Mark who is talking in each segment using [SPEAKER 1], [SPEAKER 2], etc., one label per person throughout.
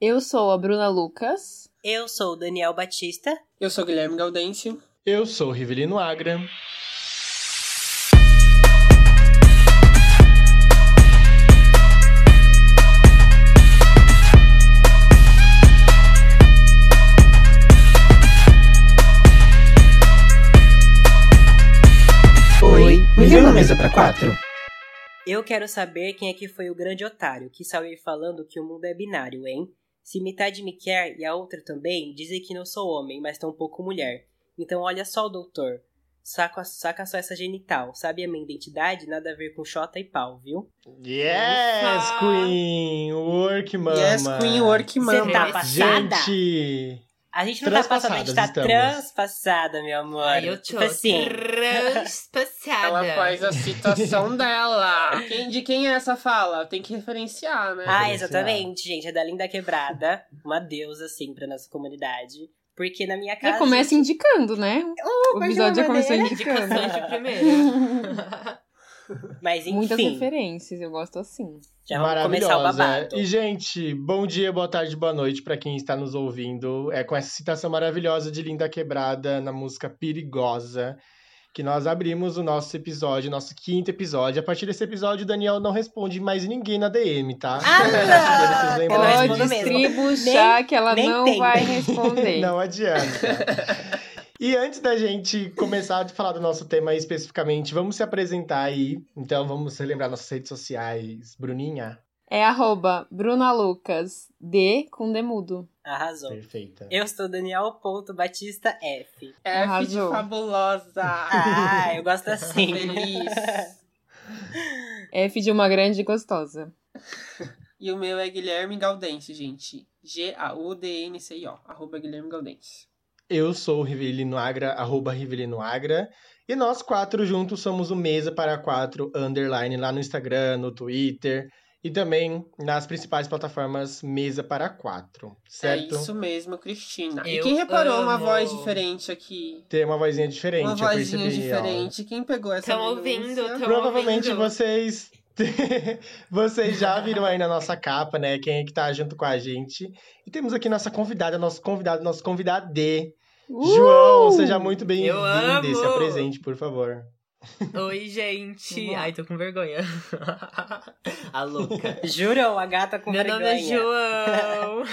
[SPEAKER 1] Eu sou a Bruna Lucas.
[SPEAKER 2] Eu sou o Daniel Batista.
[SPEAKER 3] Eu sou o Guilherme Gaudêncio.
[SPEAKER 4] Eu sou o Rivelino Agra.
[SPEAKER 5] Oi, me viu na mesa pra 4?
[SPEAKER 2] Eu quero saber quem é que foi o grande otário que saiu falando que o mundo é binário, hein? Se metade me quer e a outra também, dizem que não sou homem, mas tão pouco mulher. Então olha só, doutor. Saca só essa genital. Sabe a minha identidade? Nada a ver com xota e pau, viu?
[SPEAKER 4] Yes, Queen! Work, mama!
[SPEAKER 3] Yes, Queen, work, mama.
[SPEAKER 2] Você tá passada?
[SPEAKER 4] Gente!
[SPEAKER 2] A gente não tá passada, a gente tá transpassada, meu amor.
[SPEAKER 6] Ai, eu tô
[SPEAKER 2] tipo assim.
[SPEAKER 6] transpassada.
[SPEAKER 3] Ela faz a citação dela. De quem é essa fala? Tem que referenciar, né?
[SPEAKER 2] Ah, exatamente, gente. É da Linda Quebrada. Uma deusa, assim, pra nossa comunidade. Porque na minha casa...
[SPEAKER 1] Já começa indicando, né? O episódio já começou indicando.
[SPEAKER 6] Indicações de primeira.
[SPEAKER 2] Mas enfim.
[SPEAKER 1] Muitas referências, eu gosto assim.
[SPEAKER 2] Já vamos começar o babado.
[SPEAKER 4] E, gente, bom dia, boa tarde, boa noite pra quem está nos ouvindo. Com essa citação maravilhosa de Linda Quebrada na música Perigosa, que nós abrimos o nosso episódio, nosso 5º episódio. A partir desse episódio, o Daniel não responde mais ninguém na DM, tá?
[SPEAKER 2] Ah, não!
[SPEAKER 1] Pode distribuir que ela não
[SPEAKER 2] tem.
[SPEAKER 1] vai responder.
[SPEAKER 4] Não adianta. E antes da gente começar a falar do nosso tema aí especificamente, vamos se apresentar aí. Então, vamos relembrar nossas redes sociais. Bruninha?
[SPEAKER 1] É @BrunaLucas, D com demudo.
[SPEAKER 2] Arrasou.
[SPEAKER 4] Perfeita.
[SPEAKER 2] Eu sou Daniel.Batista F.
[SPEAKER 3] F de
[SPEAKER 1] Arrasou.
[SPEAKER 3] fabulosa.
[SPEAKER 2] Ah, eu gosto assim.
[SPEAKER 3] Feliz.
[SPEAKER 1] F de uma grande gostosa.
[SPEAKER 3] E o meu é Guilherme Gaudêncio, gente. GAUDNCIO, @Guilherme Gaudêncio.
[SPEAKER 4] Eu sou o Rivelino Agra, @Rivelino Agra. E nós 4 juntos somos o Mesa para 4 _ lá no Instagram, no Twitter. E também nas principais plataformas Mesa para 4, certo?
[SPEAKER 3] É isso mesmo, Cristina. E
[SPEAKER 6] Eu
[SPEAKER 3] quem reparou uma
[SPEAKER 6] amo.
[SPEAKER 3] voz diferente aqui?
[SPEAKER 4] Tem uma vozinha diferente,
[SPEAKER 3] Uma
[SPEAKER 4] eu
[SPEAKER 3] vozinha
[SPEAKER 4] percebi,
[SPEAKER 3] diferente. Quem pegou essa
[SPEAKER 6] Tão
[SPEAKER 3] denúncia?
[SPEAKER 6] ouvindo, tão
[SPEAKER 4] Provavelmente
[SPEAKER 6] ouvindo.
[SPEAKER 4] vocês já viram aí na nossa capa, né? Quem é que tá junto com a gente. E temos aqui nossa convidada, nosso convidadê. João, seja muito
[SPEAKER 6] Eu
[SPEAKER 4] bem-vindo.
[SPEAKER 6] amo!
[SPEAKER 4] Se apresente, por favor.
[SPEAKER 6] Oi, gente. Ai, tô com vergonha. A louca.
[SPEAKER 2] Jurou, a gata com
[SPEAKER 6] Meu
[SPEAKER 2] vergonha.
[SPEAKER 6] nome é João.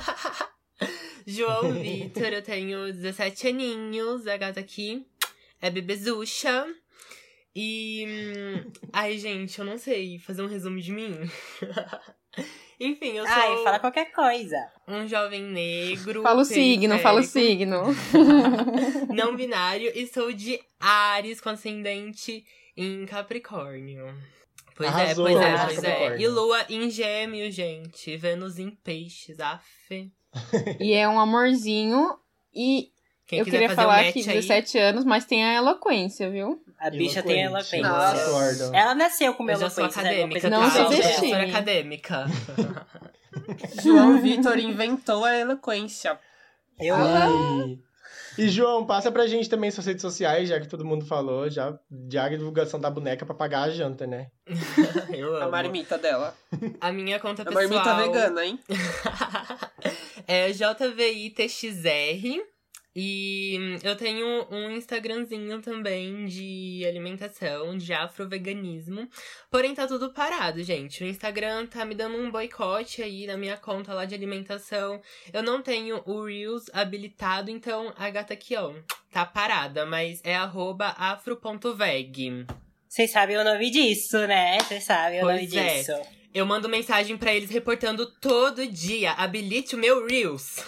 [SPEAKER 6] João Vitor, eu tenho 17 aninhos. A gata aqui é bebezucha. E... Ai, gente, eu não sei fazer um resumo de mim. Enfim, eu sou
[SPEAKER 2] Ai, fala qualquer coisa.
[SPEAKER 6] um jovem negro.
[SPEAKER 1] Fala o signo,
[SPEAKER 6] periférico, não binário, e sou de Áries com ascendente em Capricórnio. Pois
[SPEAKER 4] Arrasou,
[SPEAKER 6] pois
[SPEAKER 4] Capricórnio.
[SPEAKER 6] E Lua em Gêmeos, gente. Vênus em Peixes, aff.
[SPEAKER 1] E é um amorzinho. E
[SPEAKER 6] Quem
[SPEAKER 1] eu
[SPEAKER 6] quiser
[SPEAKER 1] queria
[SPEAKER 6] fazer
[SPEAKER 1] falar
[SPEAKER 6] um
[SPEAKER 1] que
[SPEAKER 6] match aí,
[SPEAKER 1] 17 anos, mas tem a eloquência, viu?
[SPEAKER 2] A bicha tem
[SPEAKER 4] Eloquente.
[SPEAKER 2] eloquência.
[SPEAKER 3] Nossa.
[SPEAKER 4] Concordo.
[SPEAKER 2] Ela nasceu com
[SPEAKER 6] eu já sou
[SPEAKER 2] eloquência.
[SPEAKER 6] acadêmica,
[SPEAKER 1] Não
[SPEAKER 6] tá?
[SPEAKER 1] se
[SPEAKER 6] Eu sou
[SPEAKER 1] subestime.
[SPEAKER 6] professora acadêmica.
[SPEAKER 3] João Vitor inventou a eloquência.
[SPEAKER 2] Eu
[SPEAKER 4] E João, passa pra gente também suas redes sociais, já que todo mundo falou, já a divulgação da boneca pra pagar a janta, né?
[SPEAKER 6] Eu
[SPEAKER 3] A
[SPEAKER 6] amo.
[SPEAKER 3] marmita dela.
[SPEAKER 6] A minha conta
[SPEAKER 3] A
[SPEAKER 6] pessoal...
[SPEAKER 3] marmita vegana, hein?
[SPEAKER 6] É JVITXR. E eu tenho um Instagramzinho também de alimentação, de afroveganismo. Porém, tá tudo parado, gente. O Instagram tá me dando um boicote aí na minha conta lá de alimentação. Eu não tenho o Reels habilitado, então a gata aqui, ó, tá parada. Mas é @afro.veg.
[SPEAKER 2] Vocês sabem o nome disso, né? Vocês sabem o nome
[SPEAKER 6] Pois é.
[SPEAKER 2] disso.
[SPEAKER 6] Eu mando mensagem pra eles reportando todo dia. Habilite o meu Reels.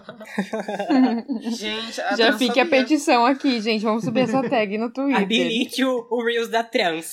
[SPEAKER 3] Gente,
[SPEAKER 1] Já fica a petição aqui, gente. Vamos subir essa tag no Twitter.
[SPEAKER 2] Habilite o Reels da trans.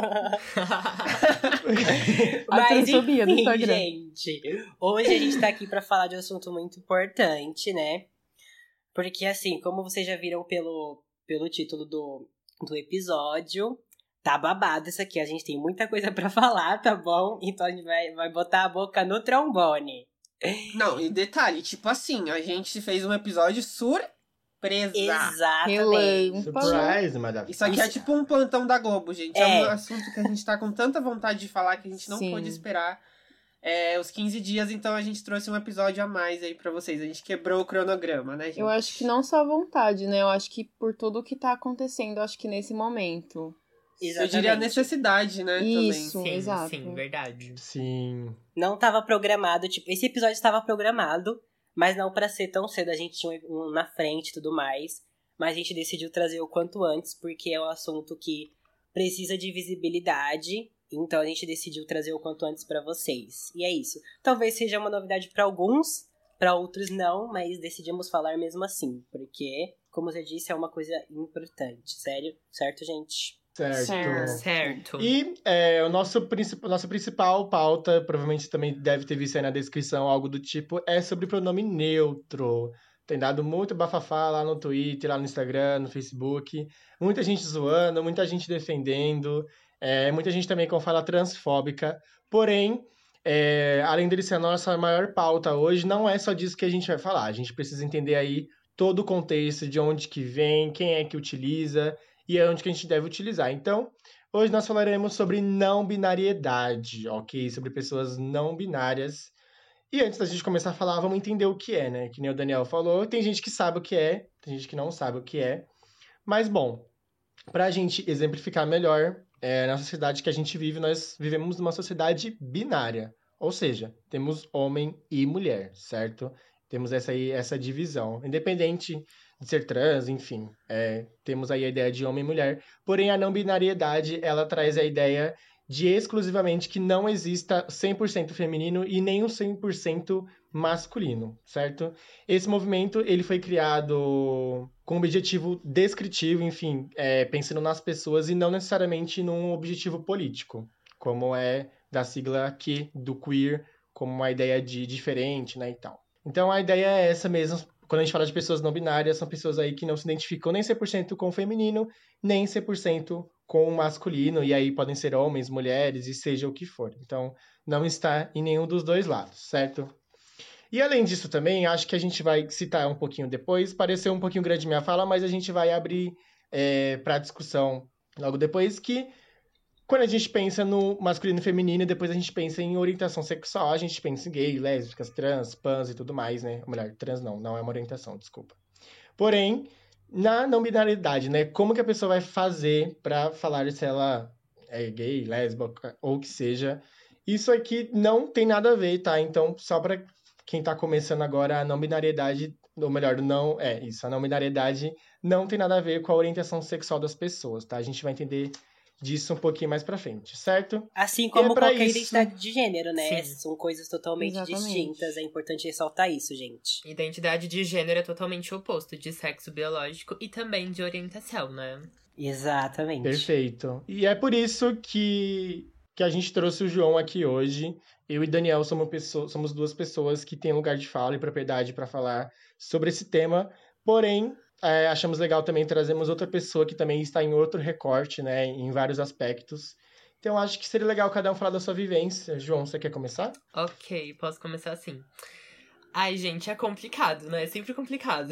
[SPEAKER 1] A transfobia do
[SPEAKER 2] enfim,
[SPEAKER 1] Instagram.
[SPEAKER 2] gente. Hoje a gente tá aqui pra falar de um assunto muito importante, né? Porque, assim, como vocês já viram pelo título do episódio, tá babado isso aqui. A gente tem muita coisa pra falar, tá bom? Então a gente vai botar a boca no trombone.
[SPEAKER 3] Não, e detalhe, tipo assim, a gente fez um episódio surpresa.
[SPEAKER 2] Exatamente.
[SPEAKER 4] Surprise, madame.
[SPEAKER 3] Isso aqui é tipo um plantão da Globo, gente. É
[SPEAKER 2] É.
[SPEAKER 3] um assunto que a gente tá com tanta vontade de falar que a gente não
[SPEAKER 1] Sim.
[SPEAKER 3] pôde esperar os 15 dias, então a gente trouxe um episódio a mais aí pra vocês. A gente quebrou o cronograma, né, gente?
[SPEAKER 1] Eu acho que não só a vontade, né? Eu acho que por tudo que tá acontecendo, acho que nesse momento.
[SPEAKER 3] Eu diria a necessidade, né,
[SPEAKER 1] Isso,
[SPEAKER 3] também.
[SPEAKER 6] Sim,
[SPEAKER 1] exato.
[SPEAKER 6] sim, verdade.
[SPEAKER 4] Sim.
[SPEAKER 2] Não tava programado, tipo, esse episódio estava programado, mas não pra ser tão cedo. A gente tinha um na frente e tudo mais. Mas a gente decidiu trazer o quanto antes, porque é um assunto que precisa de visibilidade. Então a gente decidiu trazer o quanto antes pra vocês. E é isso. Talvez seja uma novidade pra alguns, pra outros não, mas decidimos falar mesmo assim. Porque, como eu disse, é uma coisa importante. Sério? Certo, gente?
[SPEAKER 6] Certo.
[SPEAKER 4] E nossa principal pauta, provavelmente também deve ter visto aí na descrição algo do tipo, é sobre pronome neutro. Tem dado muito bafafá lá no Twitter, lá no Instagram, no Facebook. Muita gente zoando, muita gente defendendo. Muita gente também com fala transfóbica. Porém, além dele ser a nossa maior pauta hoje, não é só disso que a gente vai falar. A gente precisa entender aí todo o contexto, de onde que vem, quem é que utiliza e onde que a gente deve utilizar. Então, hoje nós falaremos sobre não binariedade, ok? Sobre pessoas não binárias. E antes da gente começar a falar, vamos entender o que é, né? Que nem o Daniel falou, tem gente que sabe o que é, tem gente que não sabe o que é. Mas, bom, pra gente exemplificar melhor, na sociedade que a gente vive, nós vivemos numa sociedade binária. Ou seja, temos homem e mulher, certo? Temos essa divisão. Independente de ser trans, enfim, temos aí a ideia de homem e mulher. Porém, a não binariedade, ela traz a ideia de exclusivamente que não exista 100% feminino e nem um 100% masculino, certo? Esse movimento, ele foi criado com um objetivo descritivo, enfim, pensando nas pessoas e não necessariamente num objetivo político, como é da sigla Q, do queer, como uma ideia de diferente, né, e tal. Então, a ideia é essa mesmo. Quando a gente fala de pessoas não binárias, são pessoas aí que não se identificam nem 100% com o feminino, nem 100% com o masculino, e aí podem ser homens, mulheres, e seja o que for. Então, não está em nenhum dos dois lados, certo? E além disso também, acho que a gente vai citar um pouquinho depois, pareceu um pouquinho grande minha fala, mas a gente vai abrir para discussão logo depois, que quando a gente pensa no masculino e feminino, e depois a gente pensa em orientação sexual, a gente pensa em gay, lésbicas, trans, pans e tudo mais, né? Ou melhor, trans não é uma orientação, desculpa. Porém, na não binariedade, né? Como que a pessoa vai fazer pra falar se ela é gay, lésbica ou o que seja? Isso aqui não tem nada a ver, tá? Então, só pra quem tá começando agora, a não binariedade, ou melhor, a não binariedade não tem nada a ver com a orientação sexual das pessoas, tá? A gente vai entender disso um pouquinho mais pra frente, certo?
[SPEAKER 2] Assim como qualquer
[SPEAKER 4] isso...
[SPEAKER 2] identidade de gênero, né?
[SPEAKER 6] Sim.
[SPEAKER 2] São coisas totalmente distintas. É importante ressaltar isso, gente.
[SPEAKER 6] Identidade de gênero é totalmente o oposto de sexo biológico e também de orientação, né?
[SPEAKER 2] Exatamente.
[SPEAKER 4] Perfeito. E é por isso que a gente trouxe o João aqui hoje. Eu e Daniel somos duas pessoas que têm lugar de fala e propriedade para falar sobre esse tema. Porém, achamos legal também trazermos outra pessoa que também está em outro recorte, né, em vários aspectos. Então, acho que seria legal cada um falar da sua vivência. João, você quer começar?
[SPEAKER 6] Ok, posso começar assim. Ai, gente, é complicado, né? É sempre complicado.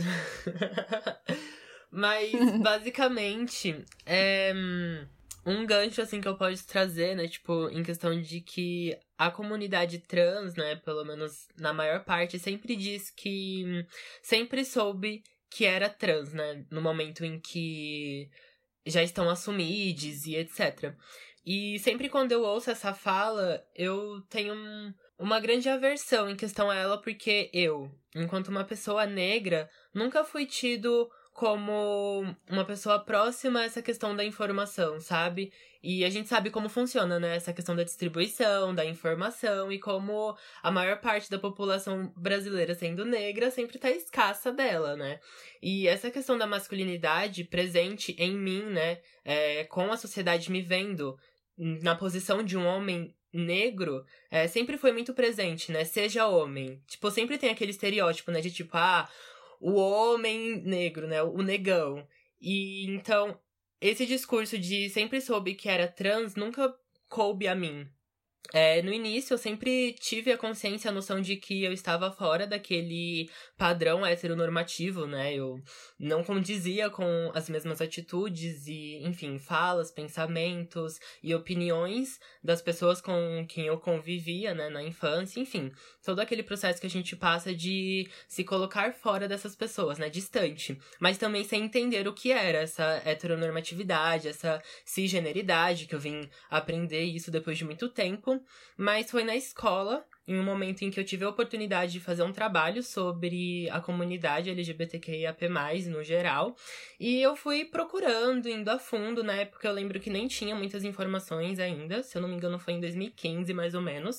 [SPEAKER 6] Mas, basicamente, um gancho, assim, que eu posso trazer, né? Tipo, em questão de que a comunidade trans, né? Pelo menos na maior parte, sempre diz que... Sempre soube que era trans, né? No momento em que já estão assumidos e etc. E sempre quando eu ouço essa fala, eu tenho uma grande aversão em questão a ela, porque eu, enquanto uma pessoa negra, nunca fui tido como uma pessoa próxima a essa questão da informação, sabe? E a gente sabe como funciona, né? Essa questão da distribuição, da informação e como a maior parte da população brasileira, sendo negra, sempre tá escassa dela, né? E essa questão da masculinidade presente em mim, né? Com a sociedade me vendo na posição de um homem negro, sempre foi muito presente, né? Seja homem. Tipo, sempre tem aquele estereótipo, né? De tipo, o homem negro, né? O negão. E então, esse discurso de sempre soube que era trans nunca coube a mim. No início, eu sempre tive a consciência, a noção de que eu estava fora daquele padrão heteronormativo, né? Eu não condizia com as mesmas atitudes e, enfim, falas, pensamentos e opiniões das pessoas com quem eu convivia, né, na infância, enfim. Todo aquele processo que a gente passa de se colocar fora dessas pessoas, né, distante. Mas também sem entender o que era essa heteronormatividade, essa cisgeneridade, que eu vim aprender isso depois de muito tempo. Mas foi na escola, em um momento em que eu tive a oportunidade de fazer um trabalho sobre a comunidade LGBTQIAP+, no geral. E eu fui procurando, indo a fundo, na época eu lembro que nem tinha muitas informações ainda, se eu não me engano foi em 2015, mais ou menos.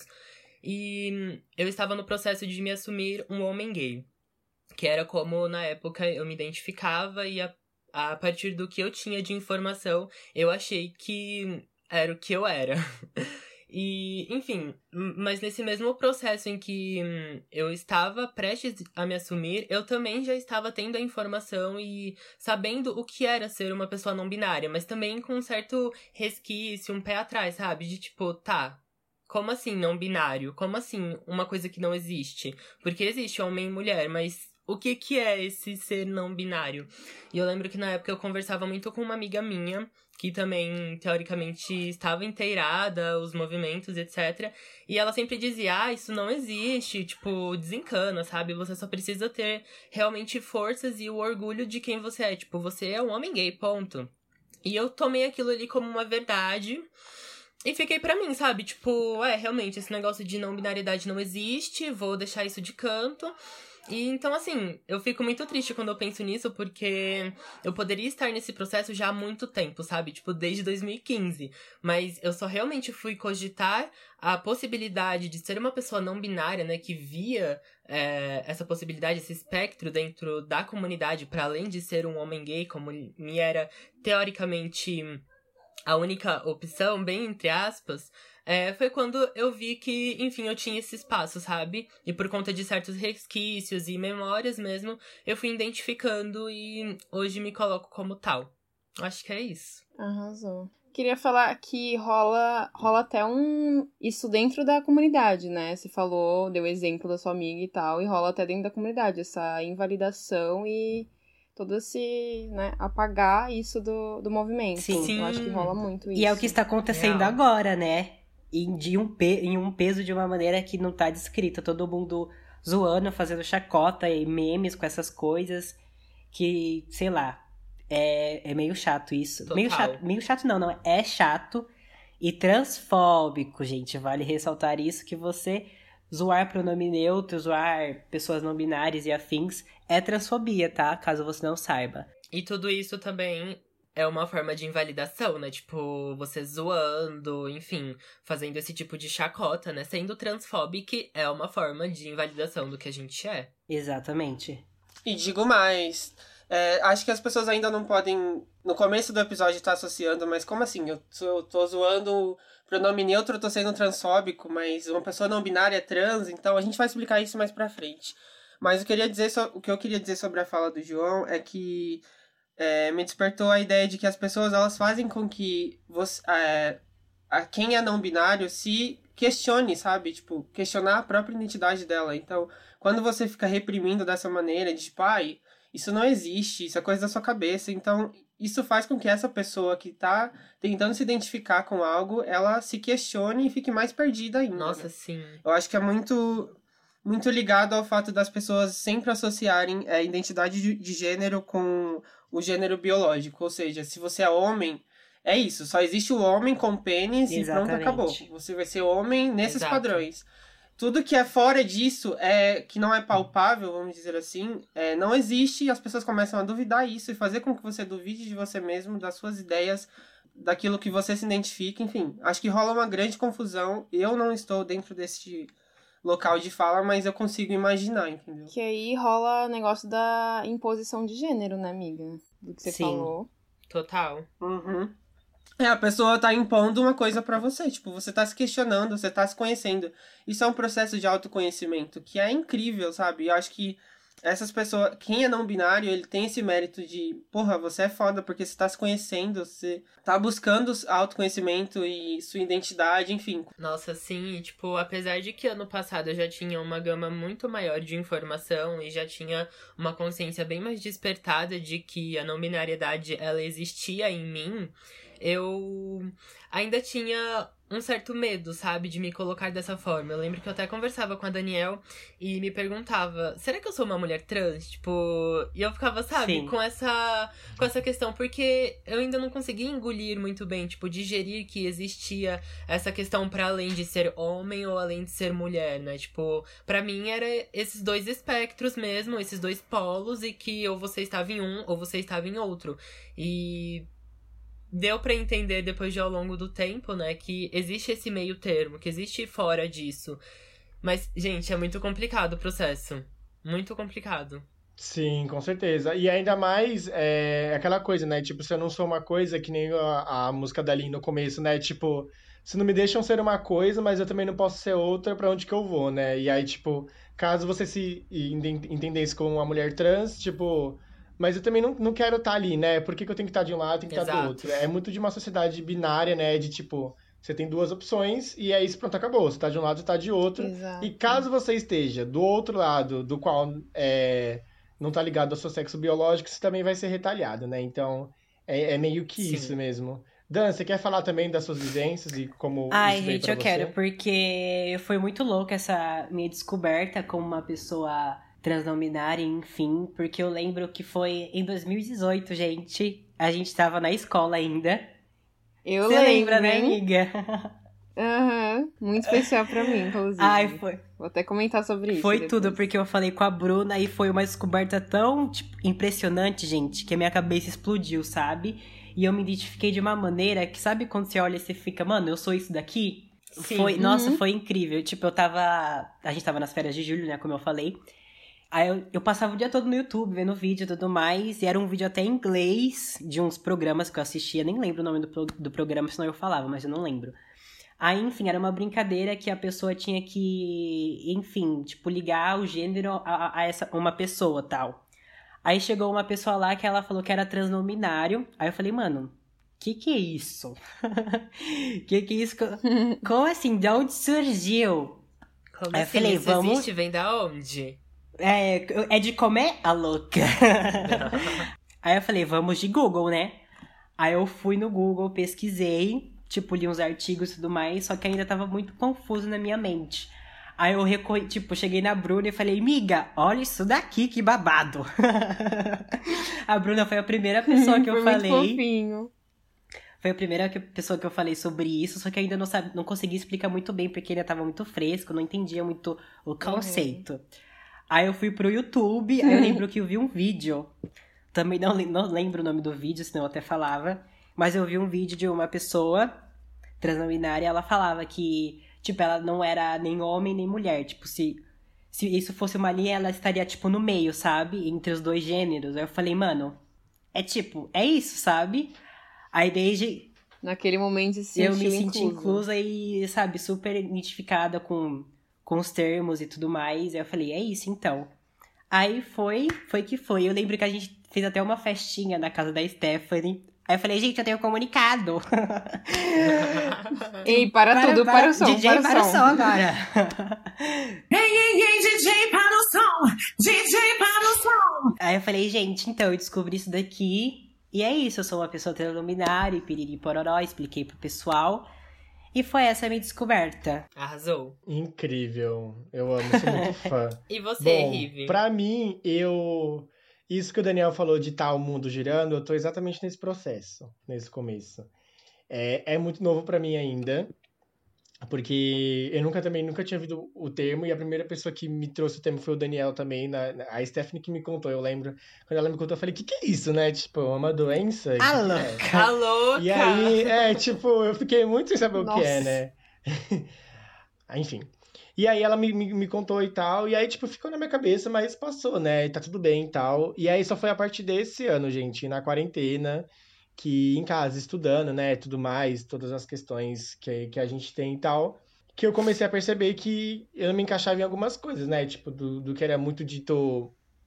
[SPEAKER 6] E eu estava no processo de me assumir um homem gay, que era como, na época, eu me identificava e a partir do que eu tinha de informação, eu achei que era o que eu era. E, enfim, mas nesse mesmo processo em que eu estava prestes a me assumir, eu também já estava tendo a informação e sabendo o que era ser uma pessoa não binária, mas também com um certo resquício, um pé atrás, sabe? De tipo, tá, como assim não binário? Como assim uma coisa que não existe? Porque existe homem e mulher, mas o que é esse ser não binário? E eu lembro que na época eu conversava muito com uma amiga minha, que também, teoricamente, estava inteirada, os movimentos, etc. E ela sempre dizia, isso não existe, tipo, desencana, sabe? Você só precisa ter realmente forças e o orgulho de quem você é. Tipo, você é um homem gay, ponto. E eu tomei aquilo ali como uma verdade e fiquei pra mim, sabe? Tipo, realmente, esse negócio de não binariedade não existe, vou deixar isso de canto. E então, assim, eu fico muito triste quando eu penso nisso, porque eu poderia estar nesse processo já há muito tempo, sabe? Tipo, desde 2015. Mas eu só realmente fui cogitar a possibilidade de ser uma pessoa não binária, né? Que via essa possibilidade, esse espectro dentro da comunidade, para além de ser um homem gay, como me era teoricamente a única opção, bem entre aspas. Foi quando eu vi que, enfim, eu tinha esse espaço, sabe? E por conta de certos resquícios e memórias mesmo, eu fui identificando e hoje me coloco como tal. Acho que é isso.
[SPEAKER 1] Arrasou. Queria falar que rola até isso dentro da comunidade, né? Você falou, deu exemplo da sua amiga e tal, e rola até dentro da comunidade, essa invalidação e todo esse, né, apagar isso do movimento.
[SPEAKER 2] Sim.
[SPEAKER 1] Eu acho que rola muito isso.
[SPEAKER 2] E é o que está acontecendo agora, né? Em um peso de uma maneira que não tá descrita. Todo mundo zoando, fazendo chacota e memes com essas coisas. Que, sei lá, é meio chato isso.
[SPEAKER 6] Total.
[SPEAKER 2] Meio chato não, é chato e transfóbico, gente. Vale ressaltar isso, que você zoar pronome neutro, zoar pessoas não binárias e afins é transfobia, tá? Caso você não saiba.
[SPEAKER 6] E tudo isso também é uma forma de invalidação, né? Tipo, você zoando, enfim, fazendo esse tipo de chacota, né? Sendo transfóbico é uma forma de invalidação do que a gente é.
[SPEAKER 2] Exatamente.
[SPEAKER 3] E digo mais, acho que as pessoas ainda não podem, no começo do episódio, estar associando, mas como assim? Eu tô zoando o pronome neutro, eu tô sendo transfóbico, mas uma pessoa não binária é trans, então a gente vai explicar isso mais pra frente. Mas o que eu queria dizer sobre a fala do João é que me despertou a ideia de que as pessoas, elas fazem com que quem é não binário se questione, sabe? Tipo, questionar a própria identidade dela. Então, quando você fica reprimindo dessa maneira, de tipo, isso não existe, isso é coisa da sua cabeça. Então, isso faz com que essa pessoa que tá tentando se identificar com algo, ela se questione e fique mais perdida ainda.
[SPEAKER 6] Nossa,
[SPEAKER 3] né?
[SPEAKER 6] sim.
[SPEAKER 3] Eu acho que é muito ligado ao fato das pessoas sempre associarem a identidade de gênero com o gênero biológico. Ou seja, se você é homem, é isso. Só existe o homem com pênis e pronto, acabou. Você vai ser homem nesses padrões. Tudo que é fora disso, que não é palpável, vamos dizer assim, não existe, e as pessoas começam a duvidar isso e fazer com que você duvide de você mesmo, das suas ideias, daquilo que você se identifica, enfim. Acho que rola uma grande confusão. Eu não estou dentro desse local de fala, mas eu consigo imaginar, entendeu?
[SPEAKER 1] Que aí rola o negócio da imposição de gênero, né, amiga? Do que você falou.
[SPEAKER 6] Total.
[SPEAKER 3] Uhum. A pessoa tá impondo uma coisa pra você. Tipo, você tá se questionando, você tá se conhecendo. Isso é um processo de autoconhecimento que é incrível, sabe? Eu acho que essas pessoas, quem é não binário, ele tem esse mérito de, porra, você é foda porque você tá se conhecendo, você tá buscando autoconhecimento e sua identidade, enfim.
[SPEAKER 6] Nossa, sim, tipo, apesar de que ano passado eu já tinha uma gama muito maior de informação e já tinha uma consciência bem mais despertada de que a não binariedade, ela existia em mim, eu ainda tinha um certo medo, sabe, de me colocar dessa forma. Eu lembro que eu até conversava com a Daniel e me perguntava, será que eu sou uma mulher trans? Tipo, e eu ficava, sabe,
[SPEAKER 2] Sim.
[SPEAKER 6] com essa questão, porque eu ainda não conseguia engolir muito bem, tipo, digerir que existia essa questão pra além de ser homem ou além de ser mulher, né? Tipo, pra mim era esses dois espectros mesmo, esses dois polos, e que ou você estava em um ou você estava em outro. E deu pra entender depois de ao longo do tempo, né, que existe esse meio termo, que existe fora disso. Mas, gente, é muito complicado o processo. Muito complicado.
[SPEAKER 4] Sim, com certeza. E ainda mais aquela coisa, né? Tipo, se eu não sou uma coisa, que nem a música da Lin no começo, né? Tipo, se não me deixam ser uma coisa, mas eu também não posso ser outra, pra onde que eu vou, né? E aí, tipo, caso você se entendesse como uma mulher trans, tipo, mas eu também não quero estar ali, né? Por que que eu tenho que estar de um lado, tenho que estar do
[SPEAKER 6] Exato.
[SPEAKER 4] outro? É muito de uma sociedade binária, né? De tipo, você tem duas opções e é isso, pronto, acabou. Você tá de um lado, você tá de outro.
[SPEAKER 1] Exato.
[SPEAKER 4] E caso você esteja do outro lado, do qual não tá ligado ao seu sexo biológico, você também vai ser retalhado, né? Então, é meio que
[SPEAKER 6] Sim.
[SPEAKER 4] isso mesmo. Dan, você quer falar também das suas vivências e como
[SPEAKER 2] Ai,
[SPEAKER 4] isso veio
[SPEAKER 2] gente,
[SPEAKER 4] pra
[SPEAKER 2] eu
[SPEAKER 4] você?
[SPEAKER 2] quero, porque foi muito louca essa minha descoberta como uma pessoa transnominária, enfim, porque eu lembro que foi em 2018, gente. A gente tava na escola ainda.
[SPEAKER 1] Eu
[SPEAKER 2] Você lembra, né,
[SPEAKER 1] hein?
[SPEAKER 2] amiga?
[SPEAKER 1] Aham, muito especial pra mim, inclusive.
[SPEAKER 2] Ai, foi.
[SPEAKER 1] Vou até comentar sobre isso
[SPEAKER 2] Foi
[SPEAKER 1] depois.
[SPEAKER 2] tudo, porque eu falei com a Bruna e foi uma descoberta tão, tipo, impressionante, gente, que a minha cabeça explodiu, sabe? E eu me identifiquei de uma maneira que, sabe quando você olha e você fica, mano, eu sou isso daqui?
[SPEAKER 6] Sim.
[SPEAKER 2] Foi, nossa, foi incrível. Tipo, a gente tava nas férias de julho, né, como eu falei. Aí eu passava o dia todo no YouTube, vendo vídeo e tudo mais, e era um vídeo até em inglês, de uns programas que eu assistia, nem lembro o nome do programa, senão eu falava, mas eu não lembro. Aí, enfim, era uma brincadeira que a pessoa tinha que, enfim, tipo, ligar o gênero a uma pessoa, tal. Aí chegou uma pessoa lá que ela falou que era transnominário, aí eu falei, mano, que é isso? que é isso? Como assim? De onde surgiu?
[SPEAKER 6] Como
[SPEAKER 2] Aí eu
[SPEAKER 6] assim?
[SPEAKER 2] falei,
[SPEAKER 6] Isso
[SPEAKER 2] vamos-
[SPEAKER 6] existe? Vem da onde?
[SPEAKER 2] É de comer a louca. Aí eu falei, vamos de Google, né? Aí eu fui no Google, pesquisei, tipo, li uns artigos e tudo mais, só que ainda tava muito confuso na minha mente. Aí eu cheguei na Bruna e falei, miga, olha isso daqui, que babado. A Bruna foi a primeira pessoa que eu
[SPEAKER 1] Foi
[SPEAKER 2] falei.
[SPEAKER 1] muito fofinho.
[SPEAKER 2] Foi a primeira pessoa que eu falei sobre isso, só que ainda não consegui explicar muito bem, porque ainda tava muito fresco, não entendia muito o conceito. Aí eu fui pro YouTube, aí eu lembro que eu vi um vídeo. Também não lembro o nome do vídeo, senão eu até falava. Mas eu vi um vídeo de uma pessoa transnominária, ela falava que, tipo, ela não era nem homem nem mulher. Tipo, se isso fosse uma linha, ela estaria, tipo, no meio, sabe? Entre os dois gêneros. Aí eu falei, mano, é isso, sabe? Aí desde
[SPEAKER 1] Naquele momento se
[SPEAKER 2] eu me
[SPEAKER 1] sentiu
[SPEAKER 2] senti inclusa e, sabe, super identificada com os termos e tudo mais. Aí eu falei, é isso então. Aí foi que foi. Eu lembro que a gente fez até uma festinha na casa da Stephanie. Aí eu falei, gente, eu tenho comunicado.
[SPEAKER 1] Ei, para tudo, para o som,
[SPEAKER 2] DJ,
[SPEAKER 1] para o som.
[SPEAKER 2] agora.
[SPEAKER 7] Ei, DJ para o som! DJ para o som!
[SPEAKER 2] Aí eu falei, gente, então, eu descobri isso daqui. E é isso, eu sou uma pessoa transnominária, piriri pororó, expliquei pro pessoal. E foi essa a minha descoberta.
[SPEAKER 6] Arrasou.
[SPEAKER 4] Incrível. Eu amo, sou muito fã.
[SPEAKER 6] E você,
[SPEAKER 4] Bom,
[SPEAKER 6] Rive?
[SPEAKER 4] pra mim, isso que o Daniel falou de estar o mundo girando, eu tô exatamente nesse processo, nesse começo. É muito novo pra mim ainda, porque eu nunca tinha ouvido o termo, e a primeira pessoa que me trouxe o termo foi o Daniel também, a Stephanie que me contou, eu lembro. Quando ela me contou, eu falei, que é isso, né? Tipo, é uma doença?
[SPEAKER 2] Ah,
[SPEAKER 4] Que
[SPEAKER 2] louca.
[SPEAKER 6] A louca!
[SPEAKER 4] E aí, tipo, eu fiquei muito sem saber o que é,
[SPEAKER 1] Nossa.
[SPEAKER 4] né? Enfim. E aí ela me contou e tal, e aí, tipo, ficou na minha cabeça, mas passou, né? E tá tudo bem e tal. E aí só foi a partir desse ano, gente, na quarentena, que em casa, estudando, né, tudo mais, todas as questões que a gente tem e tal, que eu comecei a perceber que eu não me encaixava em algumas coisas, né? Tipo, do que era muito dito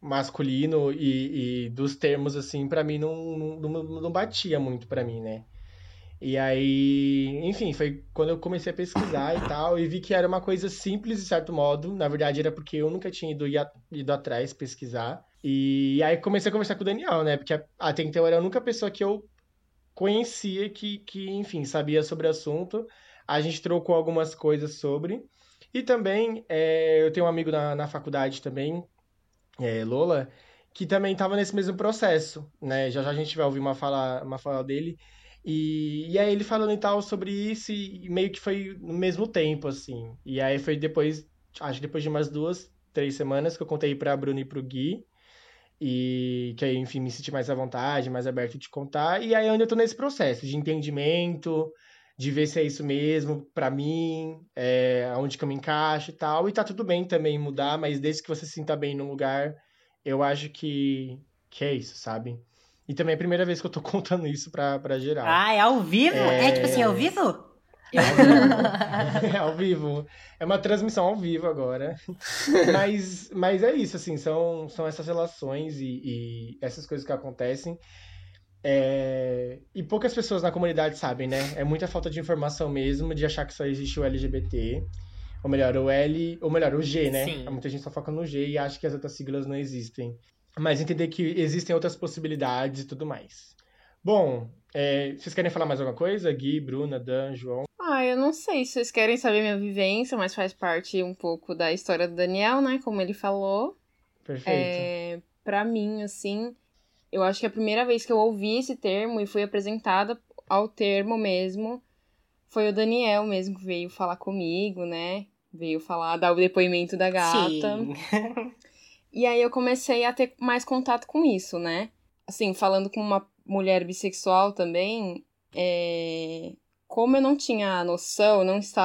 [SPEAKER 4] masculino e dos termos, assim, pra mim não batia muito pra mim, né? E aí, enfim, foi quando eu comecei a pesquisar e tal, e vi que era uma coisa simples, de certo modo. Na verdade, era porque eu nunca tinha ido atrás pesquisar. E aí comecei a conversar com o Daniel, né? Porque até então eu era a única pessoa que eu conhecia que, enfim, sabia sobre o assunto. A gente trocou algumas coisas sobre. E também, eu tenho um amigo na faculdade também, Lola, que também estava nesse mesmo processo, né? Já já a gente vai ouvir uma fala dele. E aí ele falando e tal sobre isso e meio que foi no mesmo tempo, assim. E aí foi depois, acho que depois de umas 2, 3 semanas que eu contei pra Bruna e pro Gui. E que aí, enfim, me senti mais à vontade, mais aberto de contar. E aí eu ainda tô nesse processo de entendimento, de ver se é isso mesmo pra mim, aonde que eu me encaixo e tal. E tá tudo bem também mudar, mas desde que você se sinta bem num lugar, eu acho que é isso, sabe? E também é a primeira vez que eu tô contando isso pra geral.
[SPEAKER 2] Ah, é ao vivo? É tipo assim, ao vivo?
[SPEAKER 4] É ao vivo. É ao vivo. É uma transmissão ao vivo agora. Mas é isso, assim, são essas relações e essas coisas que acontecem. E poucas pessoas na comunidade sabem, né? É muita falta de informação mesmo, de achar que só existe o LGBT. Ou melhor, o G, né?
[SPEAKER 6] Sim.
[SPEAKER 4] Muita gente só foca no G e acha que as outras siglas não existem. Mas entender que existem outras possibilidades e tudo mais. Bom, vocês querem falar mais alguma coisa? Gui, Bruna, Dan, João?
[SPEAKER 1] Eu não sei se vocês querem saber minha vivência, mas faz parte um pouco da história do Daniel, né? Como ele falou.
[SPEAKER 4] Perfeito.
[SPEAKER 1] Pra mim, assim, eu acho que a primeira vez que eu ouvi esse termo e fui apresentada ao termo mesmo foi o Daniel mesmo que veio falar comigo, né? Veio dar o depoimento da gata.
[SPEAKER 2] Sim.
[SPEAKER 1] E aí eu comecei a ter mais contato com isso, né? Assim, falando com uma mulher bissexual também, como eu não tinha noção,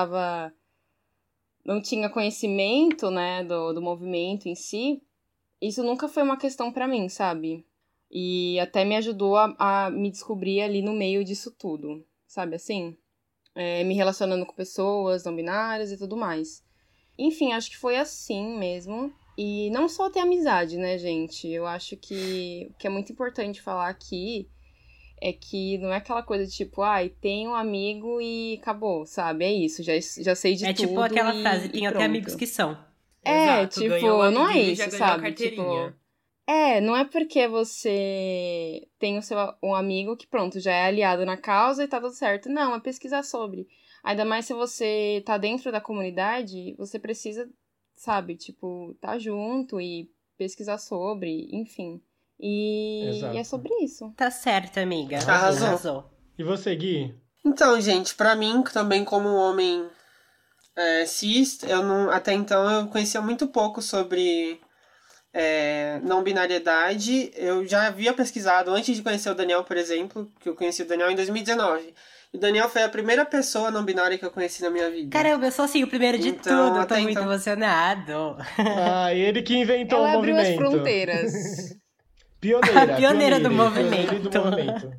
[SPEAKER 1] não tinha conhecimento, né, do movimento em si, isso nunca foi uma questão pra mim, sabe? E até me ajudou a me descobrir ali no meio disso tudo, sabe assim? Me relacionando com pessoas não binárias e tudo mais. Enfim, acho que foi assim mesmo. E não só ter amizade, né, gente? Eu acho que o que é muito importante falar aqui é que não é aquela coisa de tipo, tem um amigo e acabou, sabe? É isso, já sei de
[SPEAKER 2] É
[SPEAKER 1] tudo.
[SPEAKER 2] tipo aquela frase, tem até
[SPEAKER 1] pronto.
[SPEAKER 2] amigos que são.
[SPEAKER 6] Exato,
[SPEAKER 1] tipo,
[SPEAKER 6] ganhou um
[SPEAKER 1] não é
[SPEAKER 6] amiguinho e
[SPEAKER 1] isso,
[SPEAKER 6] já ganhou a
[SPEAKER 1] sabe?
[SPEAKER 6] carteirinha.
[SPEAKER 1] Tipo, não é porque você tem um amigo que, pronto, já é aliado na causa e tá tudo certo. Não, é pesquisar sobre. Ainda mais se você tá dentro da comunidade, você precisa, sabe, tipo, tá junto e pesquisar sobre, enfim. E é
[SPEAKER 4] Exato.
[SPEAKER 1] sobre isso.
[SPEAKER 2] Tá certo, amiga.
[SPEAKER 3] Arrasou.
[SPEAKER 4] E você, Gui?
[SPEAKER 3] Então, gente, pra mim, também como um homem cis, até então eu conhecia muito pouco sobre não binariedade. Eu já havia pesquisado antes de conhecer o Daniel, por exemplo, que eu conheci o Daniel em 2019. E o Daniel foi a primeira pessoa não binária que eu conheci na minha vida.
[SPEAKER 2] Caramba, eu sou assim, o primeiro de
[SPEAKER 3] Então,
[SPEAKER 2] tudo. Eu tô
[SPEAKER 3] até
[SPEAKER 2] muito
[SPEAKER 3] então-
[SPEAKER 2] emocionado.
[SPEAKER 4] Ele que inventou
[SPEAKER 1] Ela
[SPEAKER 4] o
[SPEAKER 1] abriu
[SPEAKER 4] movimento.
[SPEAKER 1] as fronteiras.
[SPEAKER 4] Pioneira.
[SPEAKER 2] Pioneira do
[SPEAKER 4] Pioneira
[SPEAKER 2] movimento.
[SPEAKER 4] do movimento.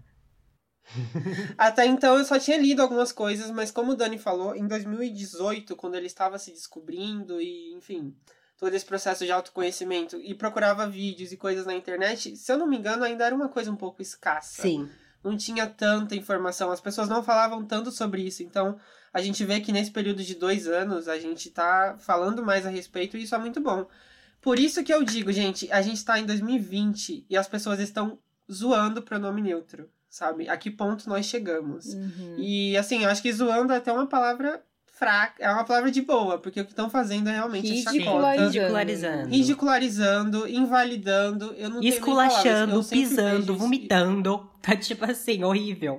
[SPEAKER 3] Até então eu só tinha lido algumas coisas, mas como o Dani falou, em 2018, quando ele estava se descobrindo e, enfim, todo esse processo de autoconhecimento e procurava vídeos e coisas na internet, se eu não me engano, ainda era uma coisa um pouco escassa.
[SPEAKER 2] Sim.
[SPEAKER 3] Não tinha tanta informação, as pessoas não falavam tanto sobre isso, então a gente vê que nesse período de 2 anos a gente tá falando mais a respeito e isso é muito bom. Por isso que eu digo, gente, a gente tá em 2020 e as pessoas estão zoando o pronome neutro, sabe? A que ponto nós chegamos. E assim, eu acho que zoando é até uma palavra fraca, é uma palavra de boa, porque o que estão fazendo é realmente chacota.
[SPEAKER 2] Ridicularizando.
[SPEAKER 3] Ridicularizando, invalidando, eu não tenho nem palavras.
[SPEAKER 2] Esculachando,
[SPEAKER 3] Eu sempre
[SPEAKER 2] pisando,
[SPEAKER 3] vejo isso.
[SPEAKER 2] vomitando. Tá tipo assim, horrível.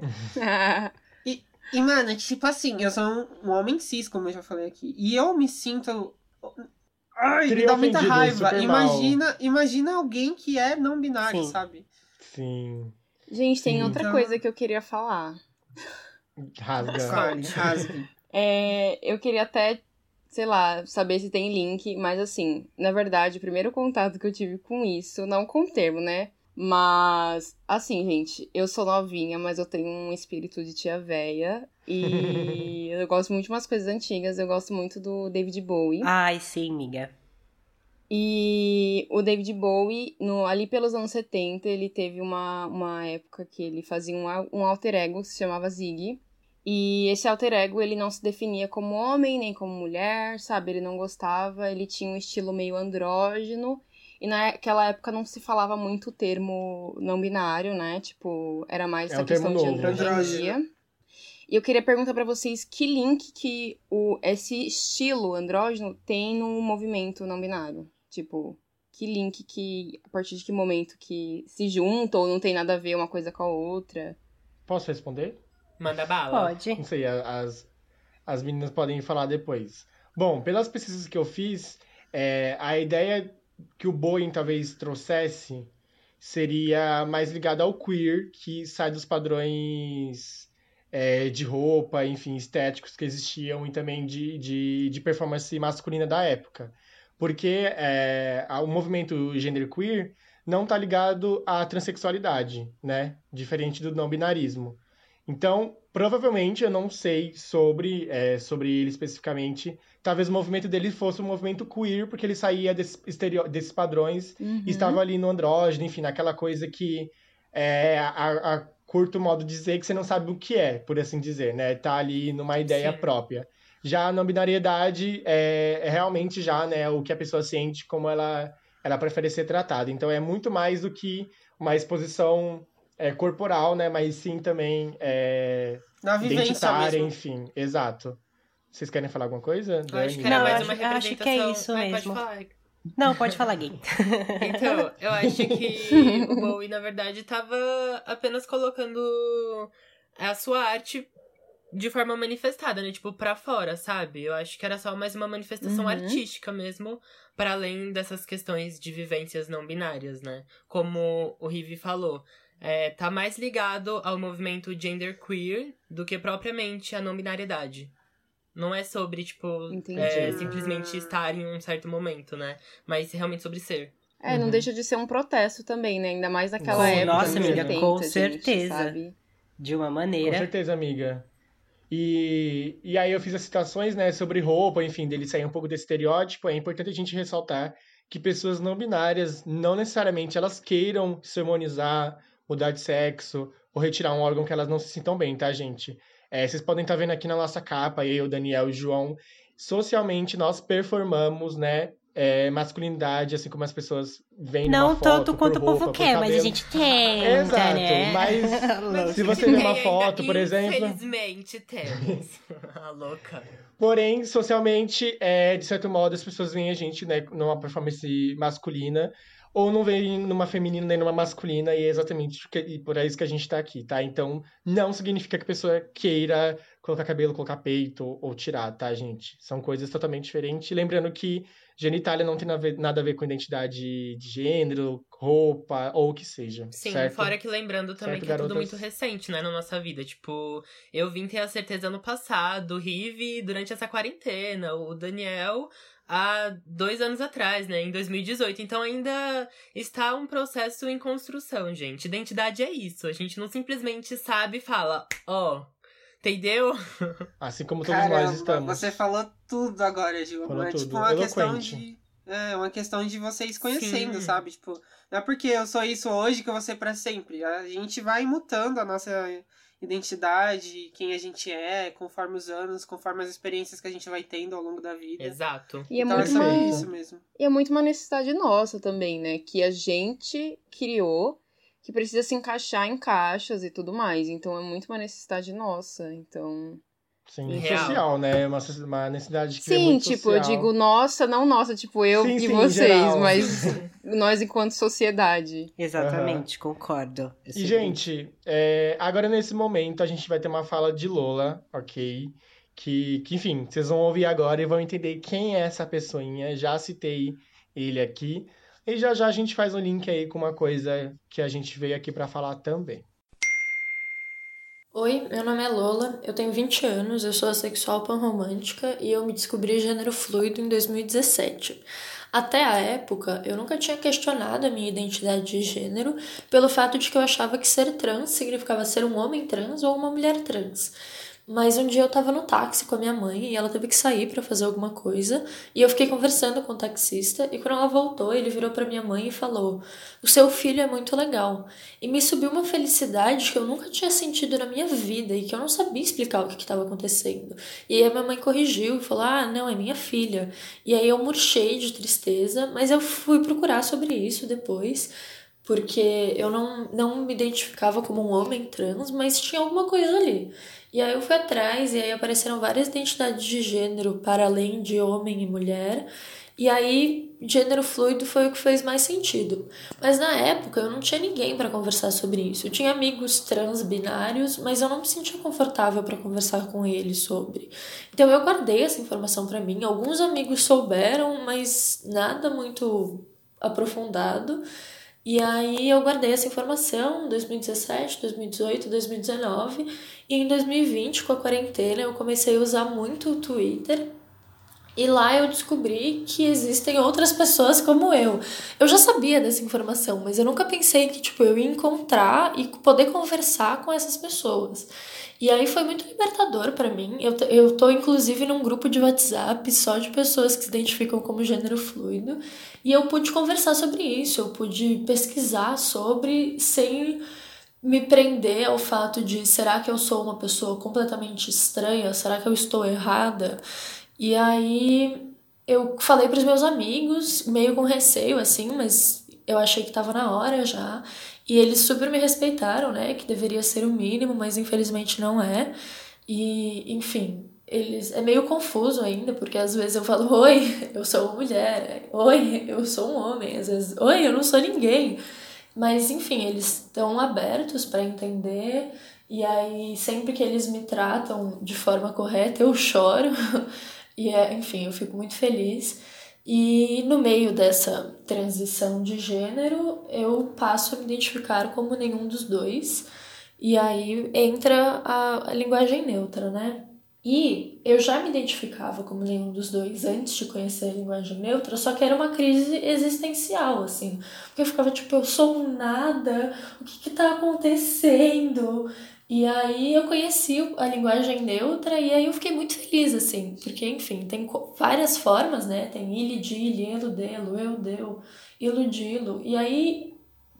[SPEAKER 3] E, mano, tipo assim, eu sou um homem cis, como eu já falei aqui. E eu me sinto... Ai, me dá muita
[SPEAKER 4] ofendido,
[SPEAKER 3] raiva.
[SPEAKER 4] super mal.
[SPEAKER 3] Imagina alguém que é não binário,
[SPEAKER 2] Sim.
[SPEAKER 3] sabe?
[SPEAKER 4] Sim.
[SPEAKER 1] Gente, tem
[SPEAKER 4] Sim.
[SPEAKER 1] outra
[SPEAKER 3] Então-
[SPEAKER 1] coisa que eu queria falar.
[SPEAKER 4] Rasga.
[SPEAKER 3] Fale, rasgue.
[SPEAKER 1] Eu queria até, sei lá, saber se tem link, mas assim, na verdade, o primeiro contato que eu tive com isso, não com o termo, né? Mas, assim, gente, eu sou novinha, mas eu tenho um espírito de tia véia. E eu gosto muito de umas coisas antigas. Eu gosto muito do David Bowie.
[SPEAKER 2] Ai, sim, amiga.
[SPEAKER 1] E o David Bowie, ali pelos anos 70, ele teve uma época que ele fazia um alter ego que se chamava Ziggy. E esse alter ego, ele não se definia como homem, nem como mulher, sabe? Ele não gostava, ele tinha um estilo meio andrógeno. E naquela época não se falava muito o termo não binário, né? Tipo, era mais essa questão de androginia. E eu queria perguntar pra vocês que link que esse estilo andrógeno tem no movimento não binário. Tipo, que link que, a partir de que momento que se junta ou não tem nada a ver uma coisa com a outra?
[SPEAKER 4] Posso responder?
[SPEAKER 6] Manda bala.
[SPEAKER 2] Pode.
[SPEAKER 4] Não sei, as meninas podem falar depois. Bom, pelas pesquisas que eu fiz, a ideia que o Bowie talvez trouxesse seria mais ligada ao queer, que sai dos padrões de roupa, enfim, estéticos que existiam e também de performance masculina da época. Porque o movimento genderqueer não está ligado à transexualidade, né? Diferente do não binarismo. Então, provavelmente, eu não sei sobre ele especificamente. Talvez o movimento dele fosse um movimento queer, porque ele saía desses padrões e estava ali no andrógeno, enfim, naquela coisa que a curto modo de dizer que você não sabe o que é, por assim dizer, né? Tá ali numa ideia própria. Já a não binariedade é realmente já, né, o que a pessoa sente, como ela prefere ser tratada. Então, é muito mais do que uma exposição corporal, né? Mas sim também
[SPEAKER 3] Na vivência
[SPEAKER 4] identitária,
[SPEAKER 3] mesmo.
[SPEAKER 4] enfim. Exato. Vocês querem falar alguma coisa?
[SPEAKER 6] Eu acho que
[SPEAKER 4] Dani?
[SPEAKER 6] era
[SPEAKER 2] Não,
[SPEAKER 6] mais
[SPEAKER 2] acho-
[SPEAKER 6] uma
[SPEAKER 2] acho
[SPEAKER 6] representação.
[SPEAKER 2] que é isso
[SPEAKER 6] Pode
[SPEAKER 2] mesmo.
[SPEAKER 6] falar.
[SPEAKER 2] Não, pode falar, gay.
[SPEAKER 6] Então, eu acho que o Bowie, na verdade, tava apenas colocando a sua arte de forma manifestada, né? Tipo, pra fora, sabe? Eu acho que era só mais uma manifestação artística mesmo, para além dessas questões de vivências não binárias, né? Como o Rivi falou. Tá mais ligado ao movimento genderqueer do que propriamente a não binariedade. Não é sobre, tipo, simplesmente estar em um certo momento, né? Mas realmente sobre ser.
[SPEAKER 1] Não deixa de ser um protesto também, né? Ainda mais naquela época.
[SPEAKER 2] Nossa,
[SPEAKER 1] nos
[SPEAKER 2] amiga,
[SPEAKER 1] 70,
[SPEAKER 2] com
[SPEAKER 1] gente,
[SPEAKER 2] certeza.
[SPEAKER 1] sabe?
[SPEAKER 2] De uma
[SPEAKER 4] Com
[SPEAKER 2] maneira.
[SPEAKER 4] certeza, amiga. E aí eu fiz as citações, né, sobre roupa, enfim, dele sair um pouco desse estereótipo. É importante a gente ressaltar que pessoas não binárias, não necessariamente elas queiram se harmonizar, mudar de sexo ou retirar um órgão que elas não se sintam bem, tá, gente? Vocês podem estar vendo aqui na nossa capa, eu, Daniel e o João, socialmente nós performamos, né, masculinidade, assim como as pessoas veem numa
[SPEAKER 2] Não
[SPEAKER 4] foto,
[SPEAKER 2] tanto
[SPEAKER 4] por
[SPEAKER 2] quanto o
[SPEAKER 4] roupa,
[SPEAKER 2] povo
[SPEAKER 4] por
[SPEAKER 2] quer, mas a
[SPEAKER 4] cabelo.
[SPEAKER 2] gente tenta,
[SPEAKER 4] Exato,
[SPEAKER 2] né?
[SPEAKER 4] mas se
[SPEAKER 6] A
[SPEAKER 4] você
[SPEAKER 6] gente
[SPEAKER 4] vê uma
[SPEAKER 6] tem
[SPEAKER 4] foto,
[SPEAKER 6] ainda,
[SPEAKER 4] por exemplo...
[SPEAKER 6] Infelizmente temos. A louca.
[SPEAKER 4] Porém, socialmente, de certo modo, as pessoas veem a gente, né, numa performance masculina, ou não veem numa feminina nem numa masculina, e é exatamente por isso que a gente tá aqui, tá? Então, não significa que a pessoa queira colocar cabelo, colocar peito ou tirar, tá, gente? São coisas totalmente diferentes. Lembrando que genitália não tem nada a ver com identidade de gênero, roupa, ou o que seja,
[SPEAKER 6] Sim,
[SPEAKER 4] certo?
[SPEAKER 6] fora que lembrando também
[SPEAKER 4] Certo,
[SPEAKER 6] que é tudo
[SPEAKER 4] garotas?
[SPEAKER 6] muito recente, né, na nossa vida. Tipo, eu vim ter a certeza ano passado, o Rive durante essa quarentena, o Daniel há 2 anos atrás, né, em 2018. Então ainda está um processo em construção, gente. Identidade é isso. A gente não simplesmente sabe e fala, entendeu?
[SPEAKER 4] Assim como todos nós estamos.
[SPEAKER 3] Você falou tudo agora, Gil.
[SPEAKER 4] Falou
[SPEAKER 3] É
[SPEAKER 4] tudo.
[SPEAKER 3] tipo uma questão
[SPEAKER 4] Eloquente.
[SPEAKER 3] de. É uma questão de vocês conhecendo,
[SPEAKER 6] Sim.
[SPEAKER 3] sabe? Tipo, não é porque eu sou isso hoje que eu vou ser pra sempre. A gente vai mutando a nossa identidade, quem a gente é, conforme os anos, conforme as experiências que a gente vai tendo ao longo da vida.
[SPEAKER 6] Exato.
[SPEAKER 1] E é
[SPEAKER 3] Então é
[SPEAKER 1] muito
[SPEAKER 3] sobre
[SPEAKER 1] uma...
[SPEAKER 3] isso mesmo.
[SPEAKER 1] E é muito uma necessidade nossa também, né? Que a gente criou, que precisa se encaixar em caixas e tudo mais. Então é muito uma necessidade nossa. Então.
[SPEAKER 4] Sim,
[SPEAKER 6] Real.
[SPEAKER 4] social, né? Uma necessidade que é
[SPEAKER 1] Sim,
[SPEAKER 4] muito
[SPEAKER 1] tipo,
[SPEAKER 4] social.
[SPEAKER 1] eu digo nossa, não nossa, tipo, eu
[SPEAKER 4] Sim,
[SPEAKER 1] e
[SPEAKER 4] sim,
[SPEAKER 1] vocês,
[SPEAKER 4] geral.
[SPEAKER 1] mas nós enquanto sociedade.
[SPEAKER 2] Exatamente, concordo. Eu
[SPEAKER 4] E,
[SPEAKER 2] sei
[SPEAKER 4] gente, agora nesse momento a gente vai ter uma fala de Lola, ok? Que, enfim, vocês vão ouvir agora e vão entender quem é essa pessoinha. Já citei ele aqui. E já já a gente faz um link aí com uma coisa que a gente veio aqui pra falar também.
[SPEAKER 8] Oi, meu nome é Lola, eu tenho 20 anos, eu sou assexual panromântica e eu me descobri gênero fluido em 2017. Até a época, eu nunca tinha questionado a minha identidade de gênero pelo fato de que eu achava que ser trans significava ser um homem trans ou uma mulher trans. Mas um dia eu tava no táxi com a minha mãe e ela teve que sair pra fazer alguma coisa. E eu fiquei conversando com o taxista e quando ela voltou, ele virou pra minha mãe e falou: "O seu filho é muito legal". E me subiu uma felicidade que eu nunca tinha sentido na minha vida e que eu não sabia explicar o que estava acontecendo. E aí a minha mãe corrigiu e falou: "Ah, não, é minha filha". E aí eu murchei de tristeza, mas eu fui procurar sobre isso depois, porque eu não me identificava como um homem trans, mas tinha alguma coisa ali. E aí eu fui atrás, e aí apareceram várias identidades de gênero para além de homem e mulher. E aí, gênero fluido foi o que fez mais sentido. Mas na época eu não tinha ninguém para conversar sobre isso. Eu tinha amigos trans binários, mas eu não me sentia confortável para conversar com eles sobre. Então eu guardei essa informação para mim. Alguns amigos souberam, mas nada muito aprofundado. E aí eu guardei essa informação em 2017, 2018, 2019. E em 2020, com a quarentena, eu comecei a usar muito o Twitter. E lá eu descobri que existem outras pessoas como eu. Eu já sabia dessa informação, mas eu nunca pensei que eu ia encontrar e poder conversar com essas pessoas. E aí foi muito libertador pra mim. Eu tô, inclusive, num grupo de WhatsApp só de pessoas que se identificam como gênero fluido. E eu pude conversar sobre isso, eu pude pesquisar sobre sem me prender ao fato de será que eu sou uma pessoa completamente estranha? Será que eu estou errada? E aí eu falei pros meus amigos, meio com receio, assim, mas eu achei que tava na hora já. E eles super me respeitaram, né? Que deveria ser o mínimo, mas infelizmente não é. E, enfim, é meio confuso ainda, porque às vezes eu falo: "Oi, eu sou uma mulher. Oi, eu sou um homem". Às vezes: "Oi, eu não sou ninguém". Mas, enfim, eles estão abertos para entender. E aí, sempre que eles me tratam de forma correta, eu choro. E, enfim, eu fico muito feliz. E no meio dessa transição de gênero, eu passo a me identificar como nenhum dos dois. E aí entra a linguagem neutra, né? E eu já me identificava como nenhum dos dois antes de conhecer a linguagem neutra, só que era uma crise existencial, assim. Porque eu ficava eu sou um nada, o que tá acontecendo? E aí eu conheci a linguagem neutra e aí eu fiquei muito feliz, assim. Porque, enfim, tem várias formas, né? Tem ele, dile, elo, delo, eu, deu, iludilo. E aí,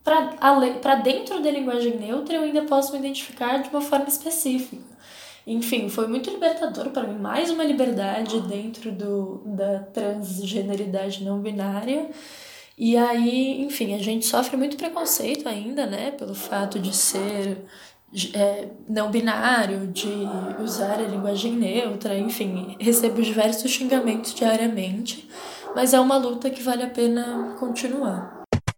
[SPEAKER 8] pra dentro da linguagem neutra, eu ainda posso me identificar de uma forma específica. Enfim, foi muito libertador para mim, mais uma liberdade dentro da transgeneridade não binária. E aí, enfim, a gente sofre muito preconceito ainda, né, pelo fato de ser não binário, de usar a linguagem neutra, enfim, recebo diversos xingamentos diariamente, mas é uma luta que vale a pena continuar.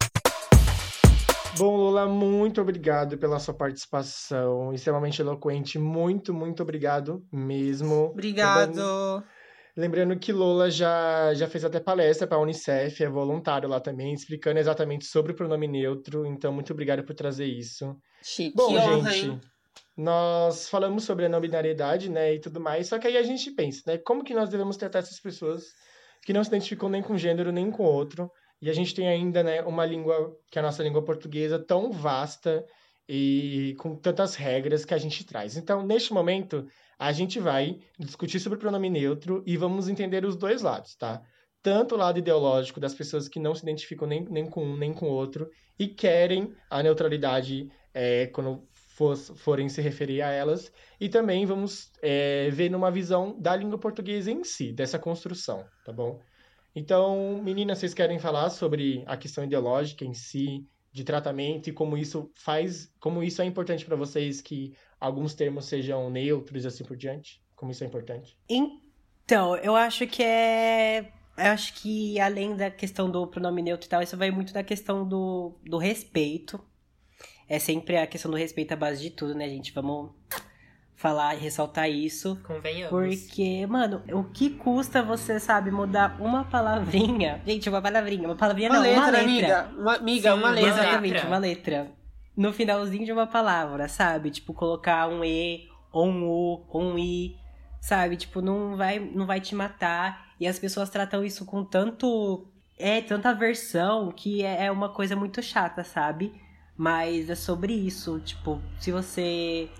[SPEAKER 4] Bom, Lola, muito obrigado pela sua participação, extremamente eloquente, muito, muito obrigado mesmo.
[SPEAKER 3] Obrigado.
[SPEAKER 4] Lembrando que Lola já fez até palestra para a Unicef, é voluntário lá também, explicando exatamente sobre o pronome neutro, então muito obrigado por trazer isso.
[SPEAKER 1] Chique.
[SPEAKER 4] Bom,
[SPEAKER 3] Que honra,
[SPEAKER 4] gente,
[SPEAKER 3] hein?
[SPEAKER 4] nós falamos sobre a não binariedade, né, e tudo mais, só que aí a gente pensa, né, como que nós devemos tratar essas pessoas que não se identificam nem com um gênero nem com outro, e a gente tem ainda, né, uma língua, que é a nossa língua portuguesa, tão vasta e com tantas regras que a gente traz. Então, neste momento, a gente vai discutir sobre o pronome neutro e vamos entender os dois lados, tá? Tanto o lado ideológico das pessoas que não se identificam nem com um nem com o outro e querem a neutralidade quando forem se referir a elas, e também vamos ver numa visão da língua portuguesa em si, dessa construção, tá bom? Então, meninas, vocês querem falar sobre a questão ideológica em si, de tratamento e como isso é importante para vocês que alguns termos sejam neutros e assim por diante? Como isso é importante?
[SPEAKER 2] Então, eu acho que Eu acho que além da questão do pronome neutro e tal, isso vai muito da questão do respeito. É sempre a questão do respeito à base de tudo, né, gente? Vamos falar e ressaltar isso.
[SPEAKER 6] Convenhamos.
[SPEAKER 2] Porque, mano, o que custa você, sabe, mudar uma palavrinha? Gente, uma palavrinha não, uma letra.
[SPEAKER 3] Amiga, uma letra.
[SPEAKER 2] Exatamente, uma letra. No finalzinho de uma palavra, sabe? Tipo, colocar um E, ou um U, ou um I, sabe? Tipo, não vai te matar. E as pessoas tratam isso com tanta aversão, que é uma coisa muito chata, sabe? Mas é sobre isso, tipo, se você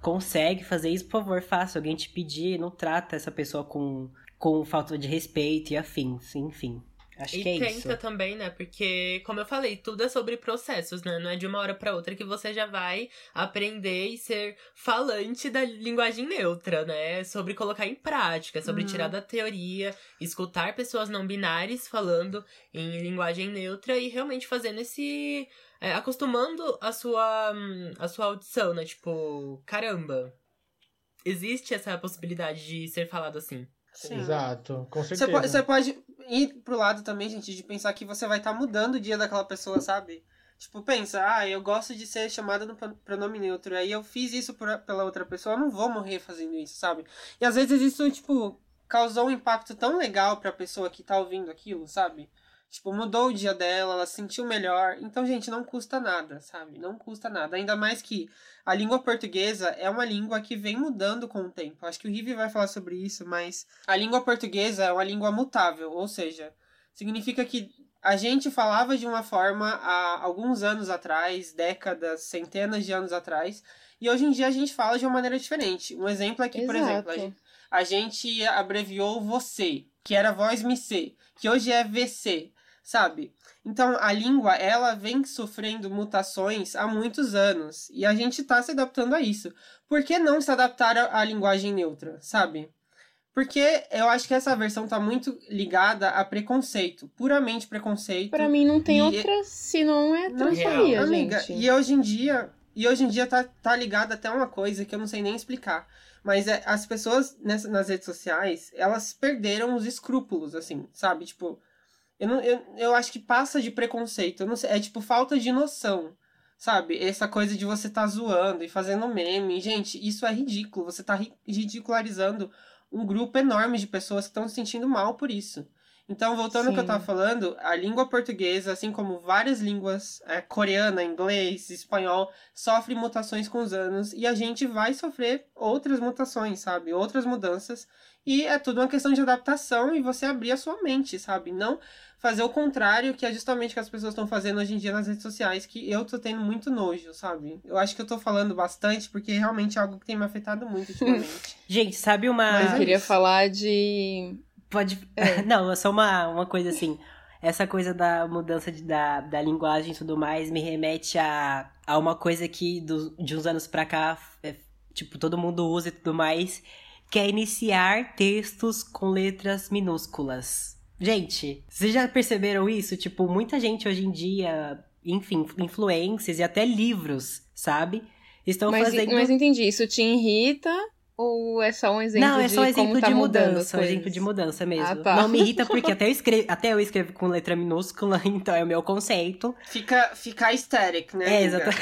[SPEAKER 2] consegue fazer isso, por favor, faça. Alguém te pedir, não trata essa pessoa com falta de respeito e afins, enfim. Acho que é
[SPEAKER 6] E
[SPEAKER 2] isso.
[SPEAKER 6] tenta também, né? Porque, como eu falei, tudo é sobre processos, né? Não é de uma hora pra outra que você já vai aprender e ser falante da linguagem neutra, né? Sobre colocar em prática, sobre tirar da teoria, escutar pessoas não binárias falando em linguagem neutra e realmente fazendo esse... acostumando a sua audição, né? Tipo, caramba, existe essa possibilidade de ser falado assim.
[SPEAKER 3] Sim.
[SPEAKER 4] Exato, com certeza.
[SPEAKER 3] Você pode ir pro lado também, gente, de pensar que você vai estar mudando o dia daquela pessoa, sabe? Tipo, pensa, eu gosto de ser chamada no pronome neutro, aí eu fiz isso pela outra pessoa, eu não vou morrer fazendo isso, sabe? E às vezes isso, tipo, causou um impacto tão legal pra pessoa que tá ouvindo aquilo, sabe? Tipo, mudou o dia dela, ela se sentiu melhor. Então, gente, não custa nada, sabe? Não custa nada. Ainda mais que a língua portuguesa é uma língua que vem mudando com o tempo. Acho que o Rivi vai falar sobre isso, mas a língua portuguesa é uma língua mutável. Ou seja, significa que a gente falava de uma forma há alguns anos atrás, décadas, centenas de anos atrás, e hoje em dia a gente fala de uma maneira diferente. Um exemplo é que, por exemplo, a gente abreviou você, que era voz MC, que hoje é VC, sabe? Então, a língua, ela vem sofrendo mutações há muitos anos, e a gente tá se adaptando a isso. Por que não se adaptar à linguagem neutra, sabe? Porque eu acho que essa versão tá muito ligada a preconceito, puramente preconceito.
[SPEAKER 1] Pra mim não tem outra, senão é transfobia,
[SPEAKER 3] amiga,
[SPEAKER 1] gente.
[SPEAKER 3] E hoje em dia tá ligado até uma coisa que eu não sei nem explicar. Mas as pessoas nas redes sociais, elas perderam os escrúpulos, assim, sabe? Tipo, eu acho que passa de preconceito. Eu não sei, é tipo falta de noção, sabe? Essa coisa de você tá zoando e fazendo meme. Gente, isso é ridículo. Você tá ridicularizando um grupo enorme de pessoas que estão se sentindo mal por isso. Então, voltando ao que eu tava falando, a língua portuguesa, assim como várias línguas, coreana, inglês, espanhol, sofre mutações com os anos e a gente vai sofrer outras mutações, sabe? Outras mudanças. E é tudo uma questão de adaptação e você abrir a sua mente, sabe? Não fazer o contrário, que é justamente o que as pessoas estão fazendo hoje em dia nas redes sociais, que eu tô tendo muito nojo, sabe? Eu acho que eu tô falando bastante, porque realmente é algo que tem me afetado muito ultimamente.
[SPEAKER 2] Gente, sabe uma...
[SPEAKER 1] Mas eu queria falar de...
[SPEAKER 2] Pode... Não, é só uma coisa assim. Essa coisa da mudança da linguagem e tudo mais me remete a uma coisa que de uns anos pra cá, tipo, todo mundo usa e tudo mais, que é iniciar textos com letras minúsculas. Gente, vocês já perceberam isso? Tipo, muita gente hoje em dia, enfim, influencers e até livros, sabe? Estão fazendo...
[SPEAKER 1] Mas entendi, isso te irrita... Ou é só um exemplo
[SPEAKER 2] Não, é só um exemplo
[SPEAKER 1] como tá
[SPEAKER 2] de
[SPEAKER 1] mudando
[SPEAKER 2] mudança, um exemplo de mudança mesmo.
[SPEAKER 1] Ah, tá.
[SPEAKER 2] Não me irrita porque até eu escrevo com letra minúscula, então é o meu conceito.
[SPEAKER 3] Fica aesthetic, né?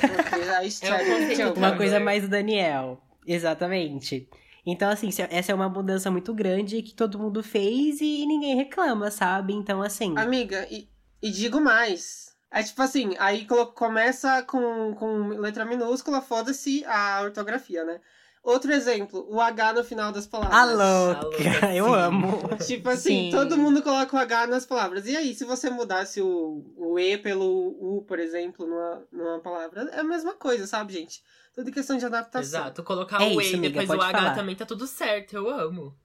[SPEAKER 2] Exatamente. Uma coisa mais do Daniel. Exatamente. Então, assim, essa é uma mudança muito grande que todo mundo fez e ninguém reclama, sabe? Então, assim...
[SPEAKER 3] Amiga, e digo mais. É tipo assim, aí começa com letra minúscula, foda-se a ortografia, né? Outro exemplo, o H no final das palavras.
[SPEAKER 2] A louca, eu amo.
[SPEAKER 3] Tipo assim, todo mundo coloca o H nas palavras. E aí, se você mudasse o E pelo U, por exemplo, numa palavra, é a mesma coisa, sabe, gente? Tudo questão de adaptação.
[SPEAKER 6] Exato, colocar o E e depois o H também tá tudo certo, eu amo.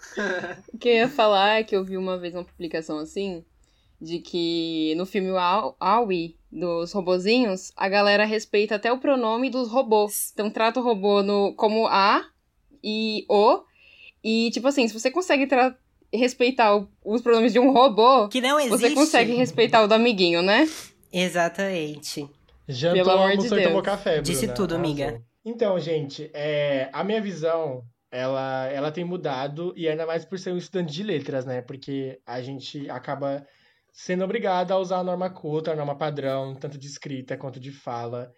[SPEAKER 1] O que eu ia falar é que eu vi uma vez uma publicação assim, de que no filme Wall-E, dos robozinhos, a galera respeita até o pronome dos robôs. Então trata o robô como A e O. E, tipo assim, se você consegue respeitar os pronomes de um robô,
[SPEAKER 2] que não existe,
[SPEAKER 1] você consegue respeitar o do amiguinho, né?
[SPEAKER 2] Exatamente.
[SPEAKER 4] Jantou, almoçou e tomou café, Bruna.
[SPEAKER 2] Disse tudo, amiga.
[SPEAKER 4] Então, gente, a minha visão, ela tem mudado, e ainda mais por ser um estudante de letras, né? Porque a gente acaba sendo obrigado a usar a norma culta, a norma padrão, tanto de escrita quanto de fala.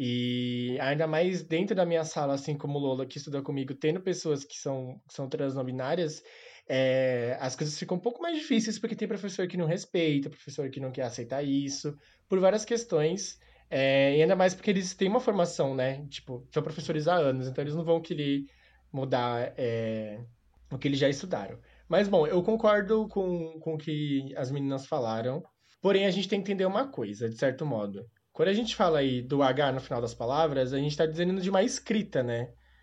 [SPEAKER 4] E ainda mais dentro da minha sala, assim como o Lola, que estuda comigo, tendo pessoas que são trans não binárias, as coisas ficam um pouco mais difíceis, porque tem professor que não respeita, professor que não quer aceitar isso, por várias questões. E ainda mais porque eles têm uma formação, né? Tipo, são professores há anos, então eles não vão querer mudar o que eles já estudaram. Mas, bom, eu concordo com o que as meninas falaram. Porém, a gente tem que entender uma coisa, de certo modo. Quando a gente fala aí do H no final das palavras, a gente tá dizendo de uma escrita, né?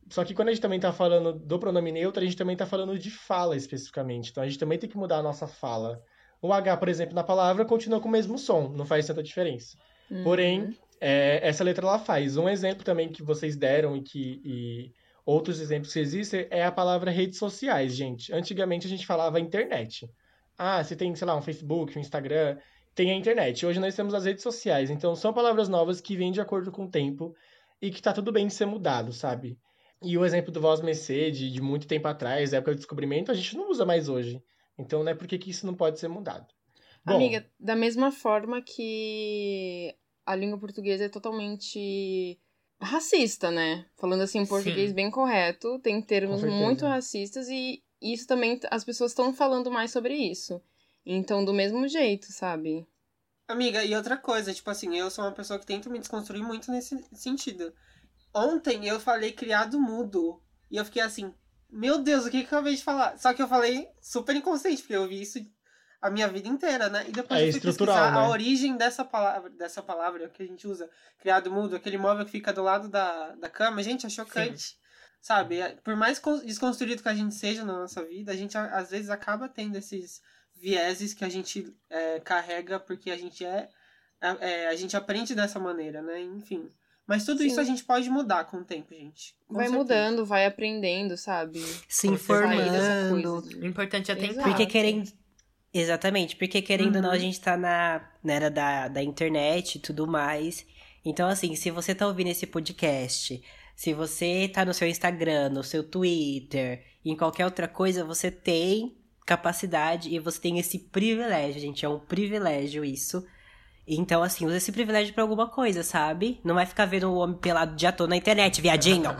[SPEAKER 4] Só que quando a gente também tá falando do pronome neutro, a gente também tá falando de fala especificamente. Então a gente também tem que mudar a nossa fala. O H, por exemplo, na palavra continua com o mesmo som, não faz tanta diferença. Porém, essa letra ela faz. Um exemplo também que vocês deram e outros exemplos que existem é a palavra redes sociais, gente. Antigamente a gente falava internet. Ah, você tem, sei lá, um Facebook, um Instagram, tem a internet. Hoje nós temos as redes sociais. Então são palavras novas que vêm de acordo com o tempo e que tá tudo bem de ser mudado, sabe? E o exemplo do Voz Mercê, de muito tempo atrás, época do descobrimento, a gente não usa mais hoje. Então, né, por que que isso não pode ser mudado? Bom,
[SPEAKER 1] Amiga, da mesma forma que a língua portuguesa é totalmente racista, né? Falando assim em português
[SPEAKER 6] Sim.
[SPEAKER 1] bem correto, tem termos
[SPEAKER 4] certeza.
[SPEAKER 1] muito racistas e isso também, as pessoas estão falando mais sobre isso. Então, do mesmo jeito, sabe?
[SPEAKER 3] Amiga, e outra coisa, tipo assim, eu sou uma pessoa que tenta me desconstruir muito nesse sentido. Ontem eu falei criado mudo. E eu fiquei assim, meu Deus, o que eu acabei de falar? Só que eu falei super inconsciente, porque eu vi isso a minha vida inteira, né? E depois
[SPEAKER 4] É
[SPEAKER 3] eu fui
[SPEAKER 4] estrutural,
[SPEAKER 3] pesquisar
[SPEAKER 4] né?
[SPEAKER 3] a origem dessa palavra que a gente usa, criado mudo, aquele móvel que fica do lado da cama. Gente, é chocante. Sabe? Por mais desconstruído que a gente seja na nossa vida, a gente às vezes acaba tendo esses vieses que a gente carrega porque a gente aprende dessa maneira, né? Enfim. Mas tudo isso
[SPEAKER 1] Sim.
[SPEAKER 3] a gente pode mudar com o tempo, gente. Com
[SPEAKER 1] Vai
[SPEAKER 3] certeza.
[SPEAKER 1] mudando, vai aprendendo, sabe?
[SPEAKER 2] Se
[SPEAKER 6] Com certeza.
[SPEAKER 1] Sair dessa
[SPEAKER 2] informando.
[SPEAKER 1] coisa
[SPEAKER 6] O
[SPEAKER 1] de...
[SPEAKER 6] importante é tentar.
[SPEAKER 1] Exato.
[SPEAKER 2] Porque querendo. Exatamente, porque querendo ou não, a
[SPEAKER 3] Uhum.
[SPEAKER 2] gente tá na era da internet e tudo mais. Então, assim, se você tá ouvindo esse podcast, se você tá no seu Instagram, no seu Twitter, em qualquer outra coisa, você tem capacidade e você tem esse privilégio, gente. É um privilégio isso. Então, assim, usa esse privilégio pra alguma coisa, sabe? Não vai ficar vendo o homem pelado o dia todo na internet, viadinho.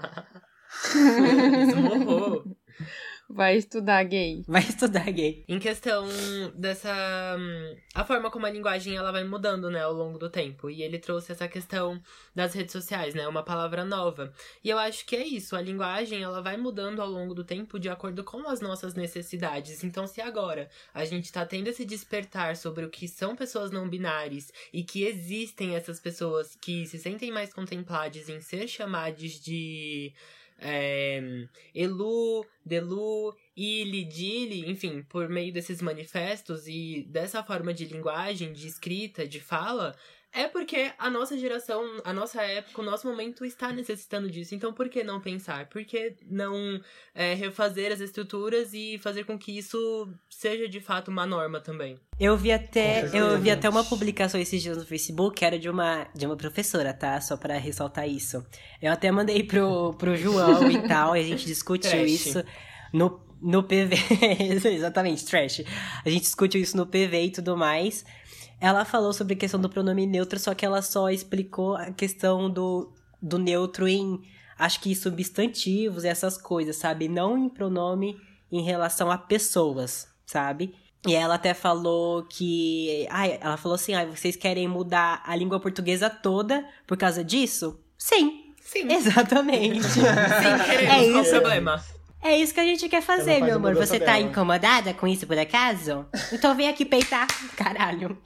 [SPEAKER 6] Esmurrou.
[SPEAKER 1] Vai estudar gay.
[SPEAKER 2] Vai estudar gay.
[SPEAKER 6] Em questão dessa... A forma como a linguagem ela vai mudando, né, ao longo do tempo. E ele trouxe essa questão das redes sociais, né, uma palavra nova. E eu acho que é isso, a linguagem ela vai mudando ao longo do tempo de acordo com as nossas necessidades. Então, se agora a gente tá tendo esse despertar sobre o que são pessoas não binárias e que existem essas pessoas que se sentem mais contempladas em ser chamadas de... Elu, Delu, Ili, Dili, enfim, por meio desses manifestos e dessa forma de linguagem, de escrita, de fala, é porque a nossa geração, a nossa época, o nosso momento está necessitando disso. Então, por que não pensar? Por que não refazer as estruturas e fazer com que isso seja de fato uma norma também?
[SPEAKER 2] Eu vi até
[SPEAKER 4] certeza.
[SPEAKER 2] uma publicação esses dias no Facebook, que era de uma professora, tá? Só pra ressaltar isso. Eu até mandei pro João e tal, e a gente discutiu
[SPEAKER 6] Trash.
[SPEAKER 2] isso no PV. Exatamente, trash. A gente discutiu isso no PV e tudo mais. Ela falou sobre a questão do pronome neutro, só que ela só explicou a questão do neutro em, acho que substantivos e essas coisas, sabe? Não em pronome em relação a pessoas, sabe? E ela até falou que... ela falou assim, vocês querem mudar a língua portuguesa toda por causa disso? Sim,
[SPEAKER 6] Sim,
[SPEAKER 2] exatamente.
[SPEAKER 6] sim, queremos,
[SPEAKER 2] É
[SPEAKER 6] qual o
[SPEAKER 2] isso.
[SPEAKER 6] problema?
[SPEAKER 2] É isso que a gente quer fazer,
[SPEAKER 4] Ela faz
[SPEAKER 2] meu
[SPEAKER 4] a
[SPEAKER 2] amor.
[SPEAKER 4] mudança
[SPEAKER 2] Você tá
[SPEAKER 4] dela.
[SPEAKER 2] incomodada com isso por acaso? Então vem aqui peitar. Caralho.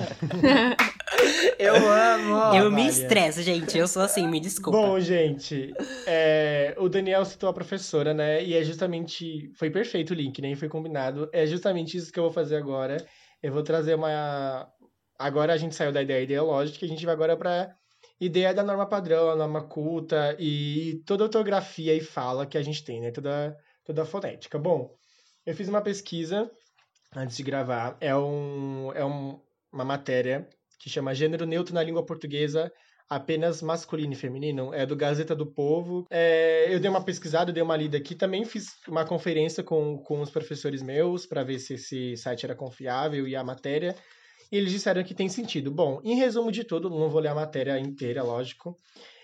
[SPEAKER 3] Eu amo!
[SPEAKER 2] Eu me
[SPEAKER 4] Maria.
[SPEAKER 2] estresso, gente. Eu sou assim, me desculpa.
[SPEAKER 4] Bom, gente, o Daniel citou a professora, né? E é justamente. Foi perfeito o link, nem foi combinado. É justamente isso que eu vou fazer agora. Eu vou trazer uma. Agora a gente saiu da ideia ideológica, a gente vai agora pra ideia da norma padrão, a norma culta e toda a ortografia e fala que a gente tem, né? Toda a fonética. Bom, eu fiz uma pesquisa antes de gravar. Uma matéria que chama Gênero Neutro na Língua Portuguesa, apenas masculino e feminino, é do Gazeta do Povo. Eu dei uma pesquisada, eu dei uma lida aqui, também fiz uma conferência com os professores meus para ver se esse site era confiável e a matéria, e eles disseram que tem sentido. Bom, em resumo de tudo, não vou ler a matéria inteira, lógico,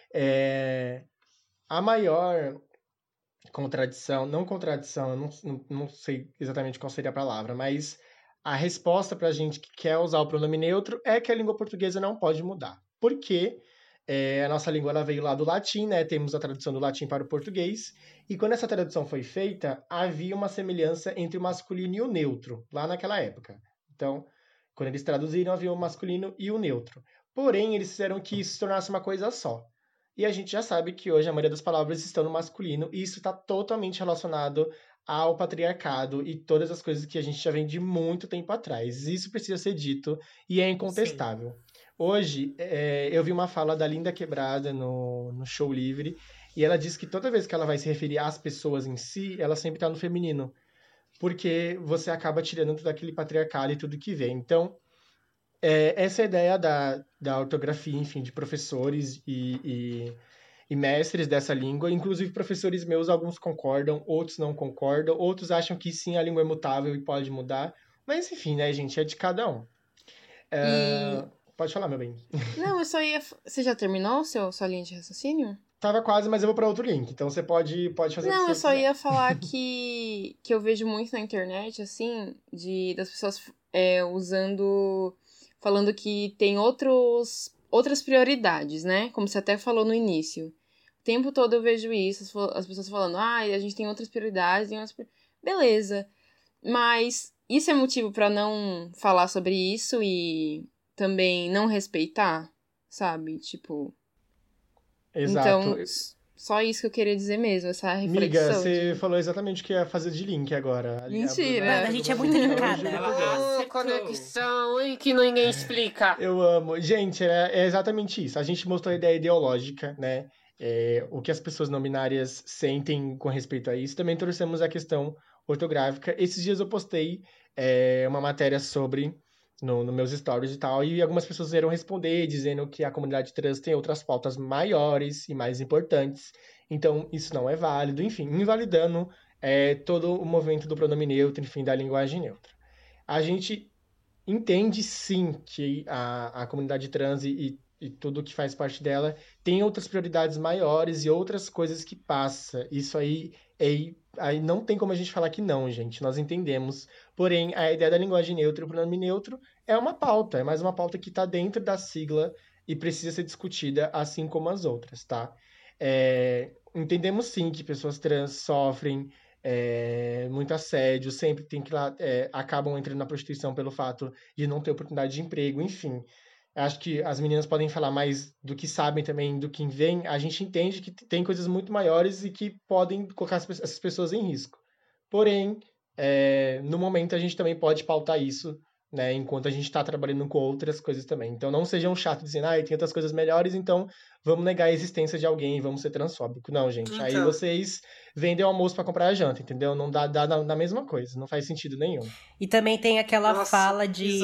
[SPEAKER 4] a maior contradição, eu não sei exatamente qual seria a palavra, mas a resposta para a gente que quer usar o pronome neutro é que a língua portuguesa não pode mudar. Porque a nossa língua ela veio lá do latim, né? Temos a tradução do latim para o português. E quando essa tradução foi feita, havia uma semelhança entre o masculino e o neutro, lá naquela época. Então, quando eles traduziram, havia o masculino e o neutro. Porém, eles fizeram que isso se tornasse uma coisa só. E a gente já sabe que hoje a maioria das palavras estão no masculino, e isso está totalmente relacionado ao patriarcado e todas as coisas que a gente já vem de muito tempo atrás. Isso precisa ser dito e é incontestável. Hoje, eu vi uma fala da Linda Quebrada no Show Livre, e ela diz que toda vez que ela vai se referir às pessoas em si, ela sempre está no feminino, porque você acaba tirando tudo aquele patriarcado e tudo que vem. Então, essa ideia da ortografia, enfim, de professores e mestres dessa língua, inclusive professores meus, alguns concordam, outros não concordam, outros acham que sim, a língua é mutável e pode mudar, mas enfim, né, gente, é de cada um. Pode falar, meu bem.
[SPEAKER 1] Não, eu só ia... Você já terminou sua linha de raciocínio?
[SPEAKER 4] Tava quase, mas eu vou para outro link, então você pode fazer o que
[SPEAKER 1] Não,
[SPEAKER 4] você
[SPEAKER 1] eu só
[SPEAKER 4] quiser.
[SPEAKER 1] ia falar que eu vejo muito na internet, assim, das pessoas falando que tem outras prioridades, né? Como você até falou no início. O tempo todo eu vejo isso, as pessoas falando, a gente tem outras prioridades, beleza. Mas isso é motivo pra não falar sobre isso e também não respeitar, sabe? Tipo...
[SPEAKER 4] Exato.
[SPEAKER 1] Então, só isso que eu queria dizer mesmo, essa reflexão.
[SPEAKER 4] Miga, você falou exatamente o que ia fazer de link agora.
[SPEAKER 1] Mentira.
[SPEAKER 2] Mano, a gente é muito linkada.
[SPEAKER 3] Conexão que ninguém explica.
[SPEAKER 4] Eu amo. Gente, é exatamente isso. A gente mostrou a ideia ideológica, né? O que as pessoas não binárias sentem com respeito a isso. Também trouxemos a questão ortográfica. Esses dias eu postei uma matéria sobre... nos meus stories e tal, e algumas pessoas vieram responder, dizendo que a comunidade trans tem outras pautas maiores e mais importantes, então isso não é válido, enfim, invalidando todo o movimento do pronome neutro, enfim, da linguagem neutra. A gente entende, sim, que a comunidade trans e tudo que faz parte dela tem outras prioridades maiores e outras coisas que passa. Isso aí não tem como a gente falar que não, gente. Nós entendemos. Porém, a ideia da linguagem neutra e o pronome neutro é uma pauta. É mais uma pauta que está dentro da sigla e precisa ser discutida assim como as outras, tá? Entendemos, sim, que pessoas trans sofrem muito assédio, sempre tem que acabam entrando na prostituição pelo fato de não ter oportunidade de emprego, enfim. Acho que as meninas podem falar mais do que sabem também, do que vem. A gente entende que tem coisas muito maiores e que podem colocar essas pessoas em risco. Porém, no momento a gente também pode pautar isso, né, enquanto a gente está trabalhando com outras coisas também. Então não sejam chatos dizendo, tem outras coisas melhores, então vamos negar a existência de alguém e vamos ser transfóbicos. Não, gente. Então... Aí vocês vendem o almoço para comprar a janta, entendeu? Não dá na mesma coisa, não faz sentido nenhum.
[SPEAKER 2] E também tem aquela fala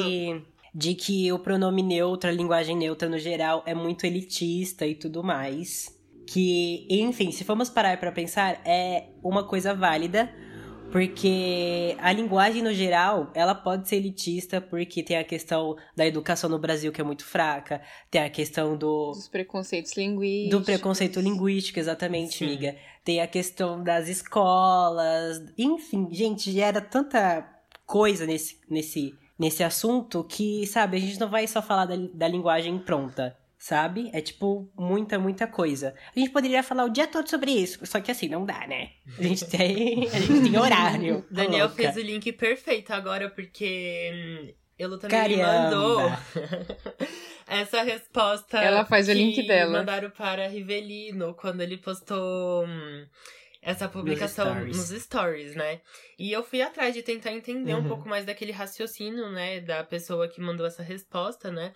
[SPEAKER 2] de que o pronome neutro, a linguagem neutra no geral, é muito elitista e tudo mais. Que, enfim, se formos parar pra pensar, é uma coisa válida, porque a linguagem no geral, ela pode ser elitista, porque tem a questão da educação no Brasil que é muito fraca, tem a questão
[SPEAKER 1] dos preconceitos linguísticos.
[SPEAKER 2] Do preconceito linguístico, exatamente, amiga. Tem a questão das escolas, enfim, gente, gera tanta coisa nesse assunto que, sabe, a gente não vai só falar da linguagem pronta, sabe? É tipo muita coisa. A gente poderia falar o dia todo sobre isso, só que assim, não dá, né? A gente tem horário.
[SPEAKER 6] Daniel fez o link perfeito agora, porque Elo também me mandou essa resposta.
[SPEAKER 1] Ela faz o link dela.
[SPEAKER 6] Mandaram para Rivelino quando ele postou essa publicação nos stories, né? E eu fui atrás de tentar entender um pouco mais daquele raciocínio, né? Da pessoa que mandou essa resposta, né?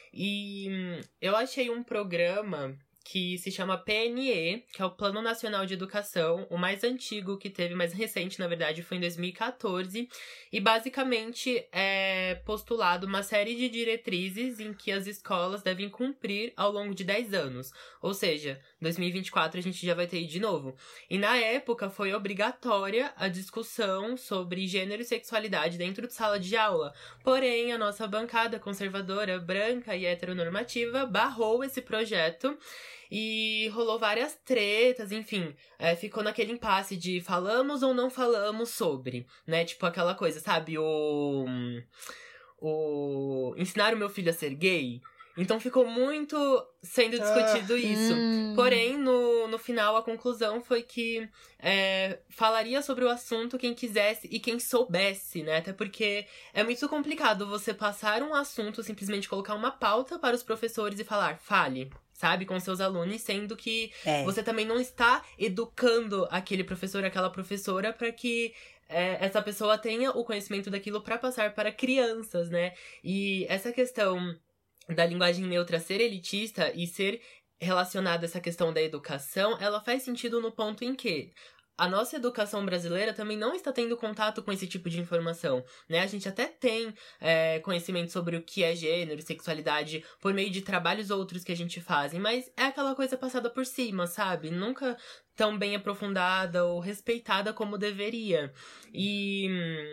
[SPEAKER 6] E eu achei um programa que se chama PNE, que é o Plano Nacional de Educação, o mais antigo que teve, mais recente, na verdade, foi em 2014, e basicamente é postulado uma série de diretrizes em que as escolas devem cumprir ao longo de 10 anos, ou seja, 2024 a gente já vai ter de novo. E na época foi obrigatória a discussão sobre gênero e sexualidade dentro de sala de aula, porém a nossa bancada conservadora, branca e heteronormativa barrou esse projeto. E rolou várias tretas, enfim, ficou naquele impasse de falamos ou não falamos sobre, né? Tipo aquela coisa, sabe? Ensinar o meu filho a ser gay. Então ficou muito sendo discutido isso. Porém, no final, a conclusão foi que falaria sobre o assunto quem quisesse e quem soubesse, né? Até porque é muito complicado você passar um assunto, simplesmente colocar uma pauta para os professores e falar, fale, sabe? Com seus alunos, sendo que você também não está educando aquele professor, aquela professora, para que essa pessoa tenha o conhecimento daquilo para passar para crianças, né? E essa questão da linguagem neutra ser elitista e ser relacionada a essa questão da educação, ela faz sentido no ponto em que a nossa educação brasileira também não está tendo contato com esse tipo de informação, né? A gente até tem conhecimento sobre o que é gênero e sexualidade por meio de trabalhos outros que a gente faz, mas é aquela coisa passada por cima, sabe? Nunca tão bem aprofundada ou respeitada como deveria. E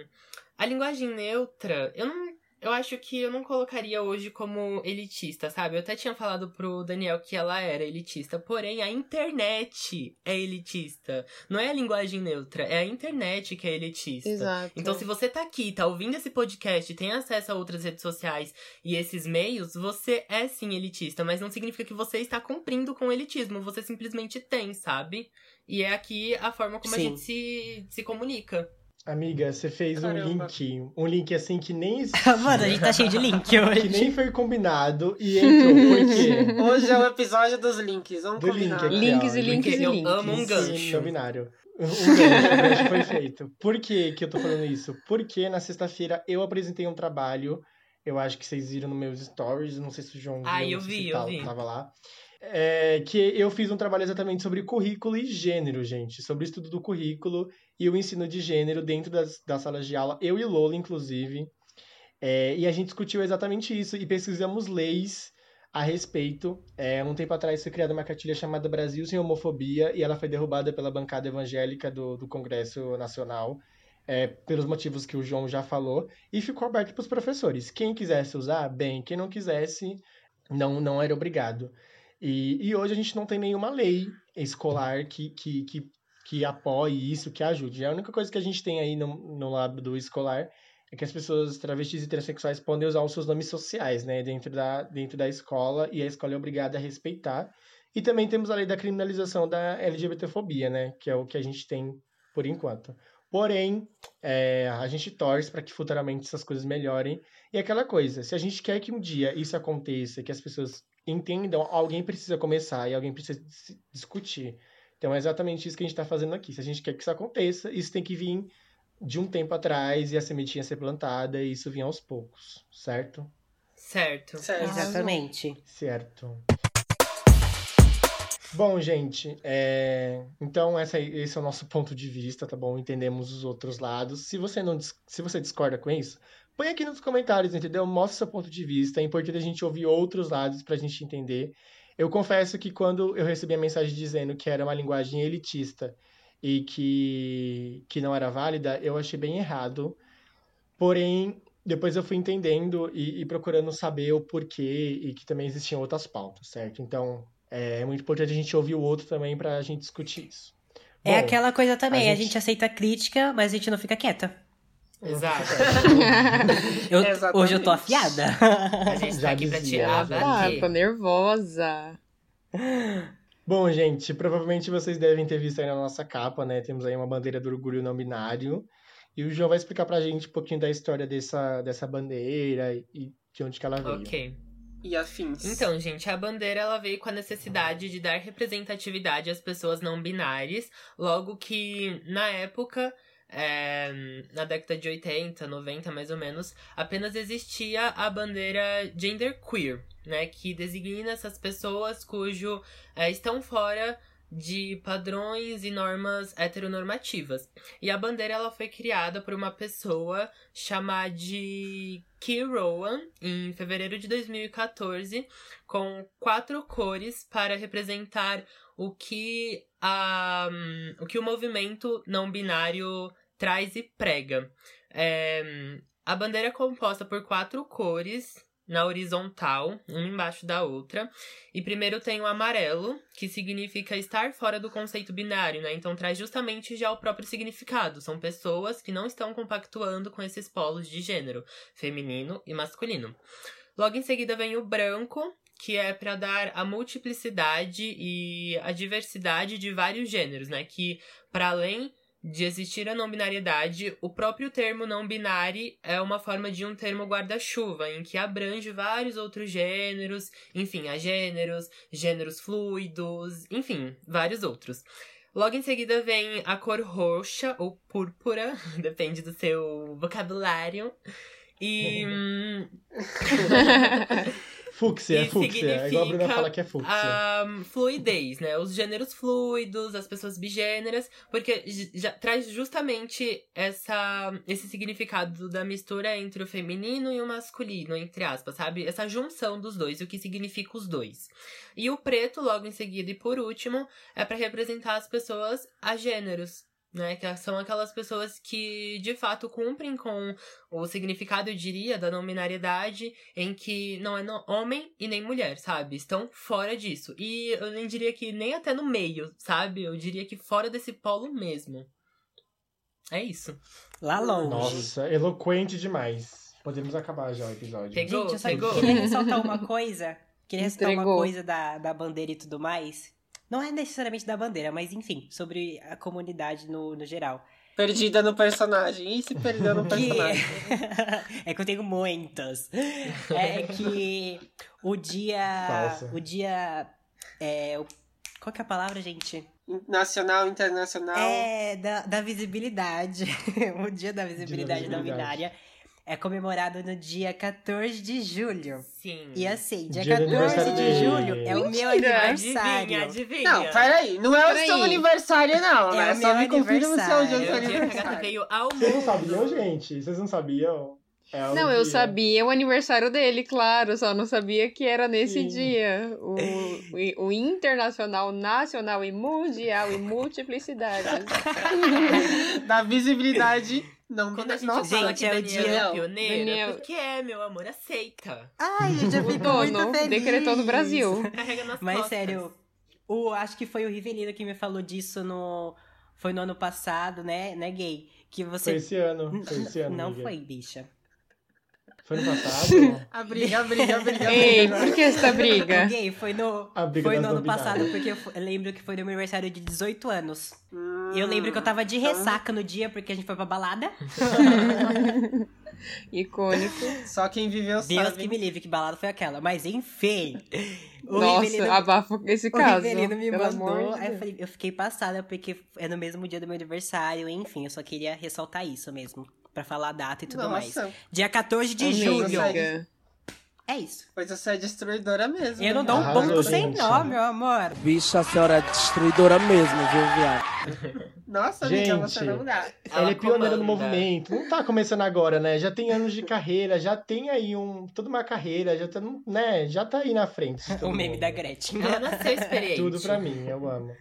[SPEAKER 6] a linguagem neutra, eu acho que eu não colocaria hoje como elitista, sabe? Eu até tinha falado pro Daniel que ela era elitista, porém a internet é elitista. Não é a linguagem neutra, é a internet que é elitista.
[SPEAKER 1] Exato.
[SPEAKER 6] Então, se você tá aqui, tá ouvindo esse podcast, tem acesso a outras redes sociais e esses meios, você é sim elitista, mas não significa que você está cumprindo com o elitismo, você simplesmente tem, sabe? E é aqui a forma como a gente se comunica.
[SPEAKER 4] Amiga, você fez um link assim que nem existia.
[SPEAKER 2] Mano, a gente tá cheio de link hoje.
[SPEAKER 4] Que nem foi combinado e entrou, por quê?
[SPEAKER 3] Hoje é o episódio dos links, vamos combinar.
[SPEAKER 4] Link aqui,
[SPEAKER 1] Links
[SPEAKER 4] ó,
[SPEAKER 1] e links e
[SPEAKER 6] Eu
[SPEAKER 1] links.
[SPEAKER 6] amo um gancho.
[SPEAKER 4] Não binário. O gancho foi feito. Por que eu tô falando isso? Porque na sexta-feira eu apresentei um trabalho, eu acho que vocês viram nos meus stories, não sei se o João viu,
[SPEAKER 6] eu
[SPEAKER 4] não sei
[SPEAKER 6] vi,
[SPEAKER 4] se
[SPEAKER 6] eu vi.
[SPEAKER 4] tava lá. Que eu fiz um trabalho exatamente sobre currículo e gênero, gente. Sobre o estudo do currículo e o ensino de gênero dentro das salas de aula. Eu e Lola, inclusive. E a gente discutiu exatamente isso e pesquisamos leis a respeito. Um tempo atrás foi criada uma cartilha chamada Brasil Sem Homofobia e ela foi derrubada pela bancada evangélica do Congresso Nacional. Pelos motivos que o João já falou. E ficou aberto para os professores. Quem quisesse usar, bem. Quem não quisesse, não era obrigado. E hoje a gente não tem nenhuma lei escolar que apoie isso, que ajude. A única coisa que a gente tem aí no lado do escolar é que as pessoas travestis e transexuais podem usar os seus nomes sociais, né, dentro da escola, e a escola é obrigada a respeitar. E também temos a lei da criminalização da LGBTfobia, né, que é o que a gente tem por enquanto. Porém, a gente torce para que futuramente essas coisas melhorem. E aquela coisa, se a gente quer que um dia isso aconteça, que as pessoas entendam, alguém precisa começar e alguém precisa discutir. Então é exatamente isso que a gente está fazendo aqui. Se a gente quer que isso aconteça, isso tem que vir de um tempo atrás e a sementinha ser plantada e isso vir aos poucos, certo?
[SPEAKER 6] Certo.
[SPEAKER 2] Exatamente.
[SPEAKER 4] Certo. Bom, gente, então esse é o nosso ponto de vista, tá bom? Entendemos os outros lados. Se você discorda com isso, põe aqui nos comentários, entendeu? Mostra seu ponto de vista. É importante a gente ouvir outros lados pra gente entender. Eu confesso que quando eu recebi a mensagem dizendo que era uma linguagem elitista e que não era válida, eu achei bem errado. Porém, depois eu fui entendendo e procurando saber o porquê e que também existiam outras pautas, certo? Então, é muito importante a gente ouvir o outro também pra gente discutir isso.
[SPEAKER 2] É
[SPEAKER 4] Bom,
[SPEAKER 2] aquela coisa também, a gente aceita crítica, mas a gente não fica quieta.
[SPEAKER 6] Exato.
[SPEAKER 2] Hoje eu tô afiada.
[SPEAKER 6] A gente tá aqui pra
[SPEAKER 4] dizia,
[SPEAKER 6] tirar a
[SPEAKER 4] já
[SPEAKER 6] bater.
[SPEAKER 1] Tô nervosa.
[SPEAKER 4] Bom, gente, provavelmente vocês devem ter visto aí na nossa capa, né? Temos aí uma bandeira do orgulho não binário. E o João vai explicar pra gente um pouquinho da história dessa bandeira e de onde que ela veio.
[SPEAKER 6] Ok.
[SPEAKER 3] E afins.
[SPEAKER 6] Então, gente, a bandeira ela veio com a necessidade de dar representatividade às pessoas não binárias, logo que, na época, na década de 80, 90, mais ou menos, apenas existia a bandeira genderqueer, né, que designa essas pessoas cujo estão fora de padrões e normas heteronormativas. E a bandeira ela foi criada por uma pessoa chamada de Key Rowan em fevereiro de 2014, com 4 cores para representar o que o movimento não binário traz e prega. A bandeira é composta por 4 cores na horizontal, uma embaixo da outra. E primeiro tem o amarelo, que significa estar fora do conceito binário, né? Então traz justamente já o próprio significado. São pessoas que não estão compactuando com esses polos de gênero, feminino e masculino. Logo em seguida vem o branco, que é para dar a multiplicidade e a diversidade de vários gêneros, né? Que, para além de existir a não-binariedade, o próprio termo não-binário é uma forma de um termo guarda-chuva, em que abrange vários outros gêneros, enfim, gêneros fluidos, enfim, vários outros. Logo em seguida vem a cor roxa ou púrpura, depende do seu vocabulário. E
[SPEAKER 4] Fúcsia, fúcsia. É igual a Bruna fala que é fúcsia.
[SPEAKER 6] A fluidez, né? Os gêneros fluidos, as pessoas bigêneras, porque já traz justamente esse significado da mistura entre o feminino e o masculino, entre aspas, sabe? Essa junção dos dois, o que significa os dois. E o preto, logo em seguida e por último, é para representar as pessoas agêneros, né, que são aquelas pessoas que, de fato, cumprem com o significado, eu diria, da não-binariedade, em que não é homem e nem mulher, sabe? Estão fora disso. E eu nem diria que nem até no meio, sabe? Eu diria que fora desse polo mesmo. É isso.
[SPEAKER 2] Lá longe.
[SPEAKER 4] Nossa, eloquente demais. Podemos acabar já o episódio.
[SPEAKER 6] Pegou,
[SPEAKER 2] Gente, eu só
[SPEAKER 6] pegou.
[SPEAKER 2] queria ressaltar uma coisa. Queria ressaltar uma
[SPEAKER 1] Entregou.
[SPEAKER 2] coisa da bandeira e tudo mais. Não é necessariamente da bandeira, mas enfim, sobre a comunidade no geral.
[SPEAKER 3] Perdida no personagem. Ih, se perdeu no personagem.
[SPEAKER 2] É que eu tenho muitas. É que o dia...
[SPEAKER 4] Falsa.
[SPEAKER 2] O dia... Qual que é a palavra, gente?
[SPEAKER 3] Nacional, internacional.
[SPEAKER 2] É, da visibilidade. O dia da visibilidade não binária é comemorado no dia 14 de julho.
[SPEAKER 6] Sim.
[SPEAKER 2] E assim, dia
[SPEAKER 4] Dia do
[SPEAKER 2] 14 de
[SPEAKER 4] aniversário
[SPEAKER 2] julho
[SPEAKER 4] dele.
[SPEAKER 2] é o meu
[SPEAKER 1] Mentira.
[SPEAKER 2] aniversário.
[SPEAKER 6] Adivinha.
[SPEAKER 3] Não, peraí. Não é
[SPEAKER 1] Peraí.
[SPEAKER 3] o seu aniversário, não,
[SPEAKER 2] É
[SPEAKER 3] né?
[SPEAKER 2] o
[SPEAKER 3] Só
[SPEAKER 2] meu
[SPEAKER 3] me confirma se é o seu
[SPEAKER 2] aniversário.
[SPEAKER 6] O dia que a Gata
[SPEAKER 3] aniversário.
[SPEAKER 6] veio ao
[SPEAKER 4] Vocês não
[SPEAKER 6] mundo.
[SPEAKER 4] sabiam, gente? Vocês não sabiam? É o
[SPEAKER 1] Não, eu
[SPEAKER 4] dia.
[SPEAKER 1] sabia o aniversário dele, claro, só não sabia que era nesse
[SPEAKER 4] Sim.
[SPEAKER 1] dia. O internacional, nacional e mundial e multiplicidades.
[SPEAKER 3] Da visibilidade não
[SPEAKER 6] Quando a gente
[SPEAKER 3] Nossa,
[SPEAKER 6] fala
[SPEAKER 2] gente,
[SPEAKER 6] que
[SPEAKER 2] é o
[SPEAKER 6] Daniel
[SPEAKER 2] dia-
[SPEAKER 6] é pioneiro,
[SPEAKER 1] Daniel-
[SPEAKER 6] porque é, meu amor, aceita.
[SPEAKER 2] Ai, eu já
[SPEAKER 1] O
[SPEAKER 2] fico
[SPEAKER 1] dono
[SPEAKER 2] muito feliz.
[SPEAKER 1] decretou no Brasil.
[SPEAKER 6] Carrega nas
[SPEAKER 2] Mas
[SPEAKER 6] costas.
[SPEAKER 2] sério, acho que foi o Rivelino que me falou disso foi no ano passado, né, gay? Que
[SPEAKER 4] Foi
[SPEAKER 2] você...
[SPEAKER 4] esse ano.
[SPEAKER 2] Não
[SPEAKER 4] amiga.
[SPEAKER 2] foi, bicha.
[SPEAKER 4] Foi no passado?
[SPEAKER 3] A briga.
[SPEAKER 1] Ei, por que essa briga?
[SPEAKER 2] Gay, foi no
[SPEAKER 4] A briga
[SPEAKER 2] ano
[SPEAKER 4] das não-binárias.
[SPEAKER 2] passado, porque eu lembro que foi no meu aniversário de 18 anos. E eu lembro que eu tava de ressaca no dia, porque a gente foi pra balada.
[SPEAKER 1] Icônico.
[SPEAKER 3] Só quem viveu
[SPEAKER 2] Deus
[SPEAKER 3] sabe.
[SPEAKER 2] que me livre, que balada foi aquela. Mas enfim. O
[SPEAKER 1] Nossa,
[SPEAKER 2] Rivelino-
[SPEAKER 1] abafa esse
[SPEAKER 2] O
[SPEAKER 1] caso.
[SPEAKER 2] Rivelino me
[SPEAKER 1] pelo
[SPEAKER 2] mandou,
[SPEAKER 1] amor de
[SPEAKER 2] aí eu,
[SPEAKER 1] Deus.
[SPEAKER 2] falei, eu fiquei passada, porque é no mesmo dia do meu aniversário, enfim, eu só queria ressaltar isso mesmo, pra falar a data e tudo mais.
[SPEAKER 3] Nossa,
[SPEAKER 2] Dia 14 de
[SPEAKER 1] Amei,
[SPEAKER 2] julho.
[SPEAKER 1] amiga.
[SPEAKER 2] É isso.
[SPEAKER 3] pois você é destruidora mesmo.
[SPEAKER 2] Eu não
[SPEAKER 3] né?
[SPEAKER 2] dou um
[SPEAKER 4] Arrasou,
[SPEAKER 2] ponto sem
[SPEAKER 4] gente.
[SPEAKER 2] nó, meu amor.
[SPEAKER 9] Bicho, a senhora é destruidora mesmo, viu, viado?
[SPEAKER 3] Nossa, amiga,
[SPEAKER 4] Gente.
[SPEAKER 3] você não dá.
[SPEAKER 4] Ela é pioneira no
[SPEAKER 6] comanda.
[SPEAKER 4] movimento. Não tá começando agora, né? Já tem anos de carreira, já tem aí toda uma carreira, já tá, né? Já tá aí na frente. de todo
[SPEAKER 2] O meme
[SPEAKER 4] mundo.
[SPEAKER 2] da Gretchen.
[SPEAKER 6] Ela nasceu experiente.
[SPEAKER 4] Tudo pra mim, eu amo.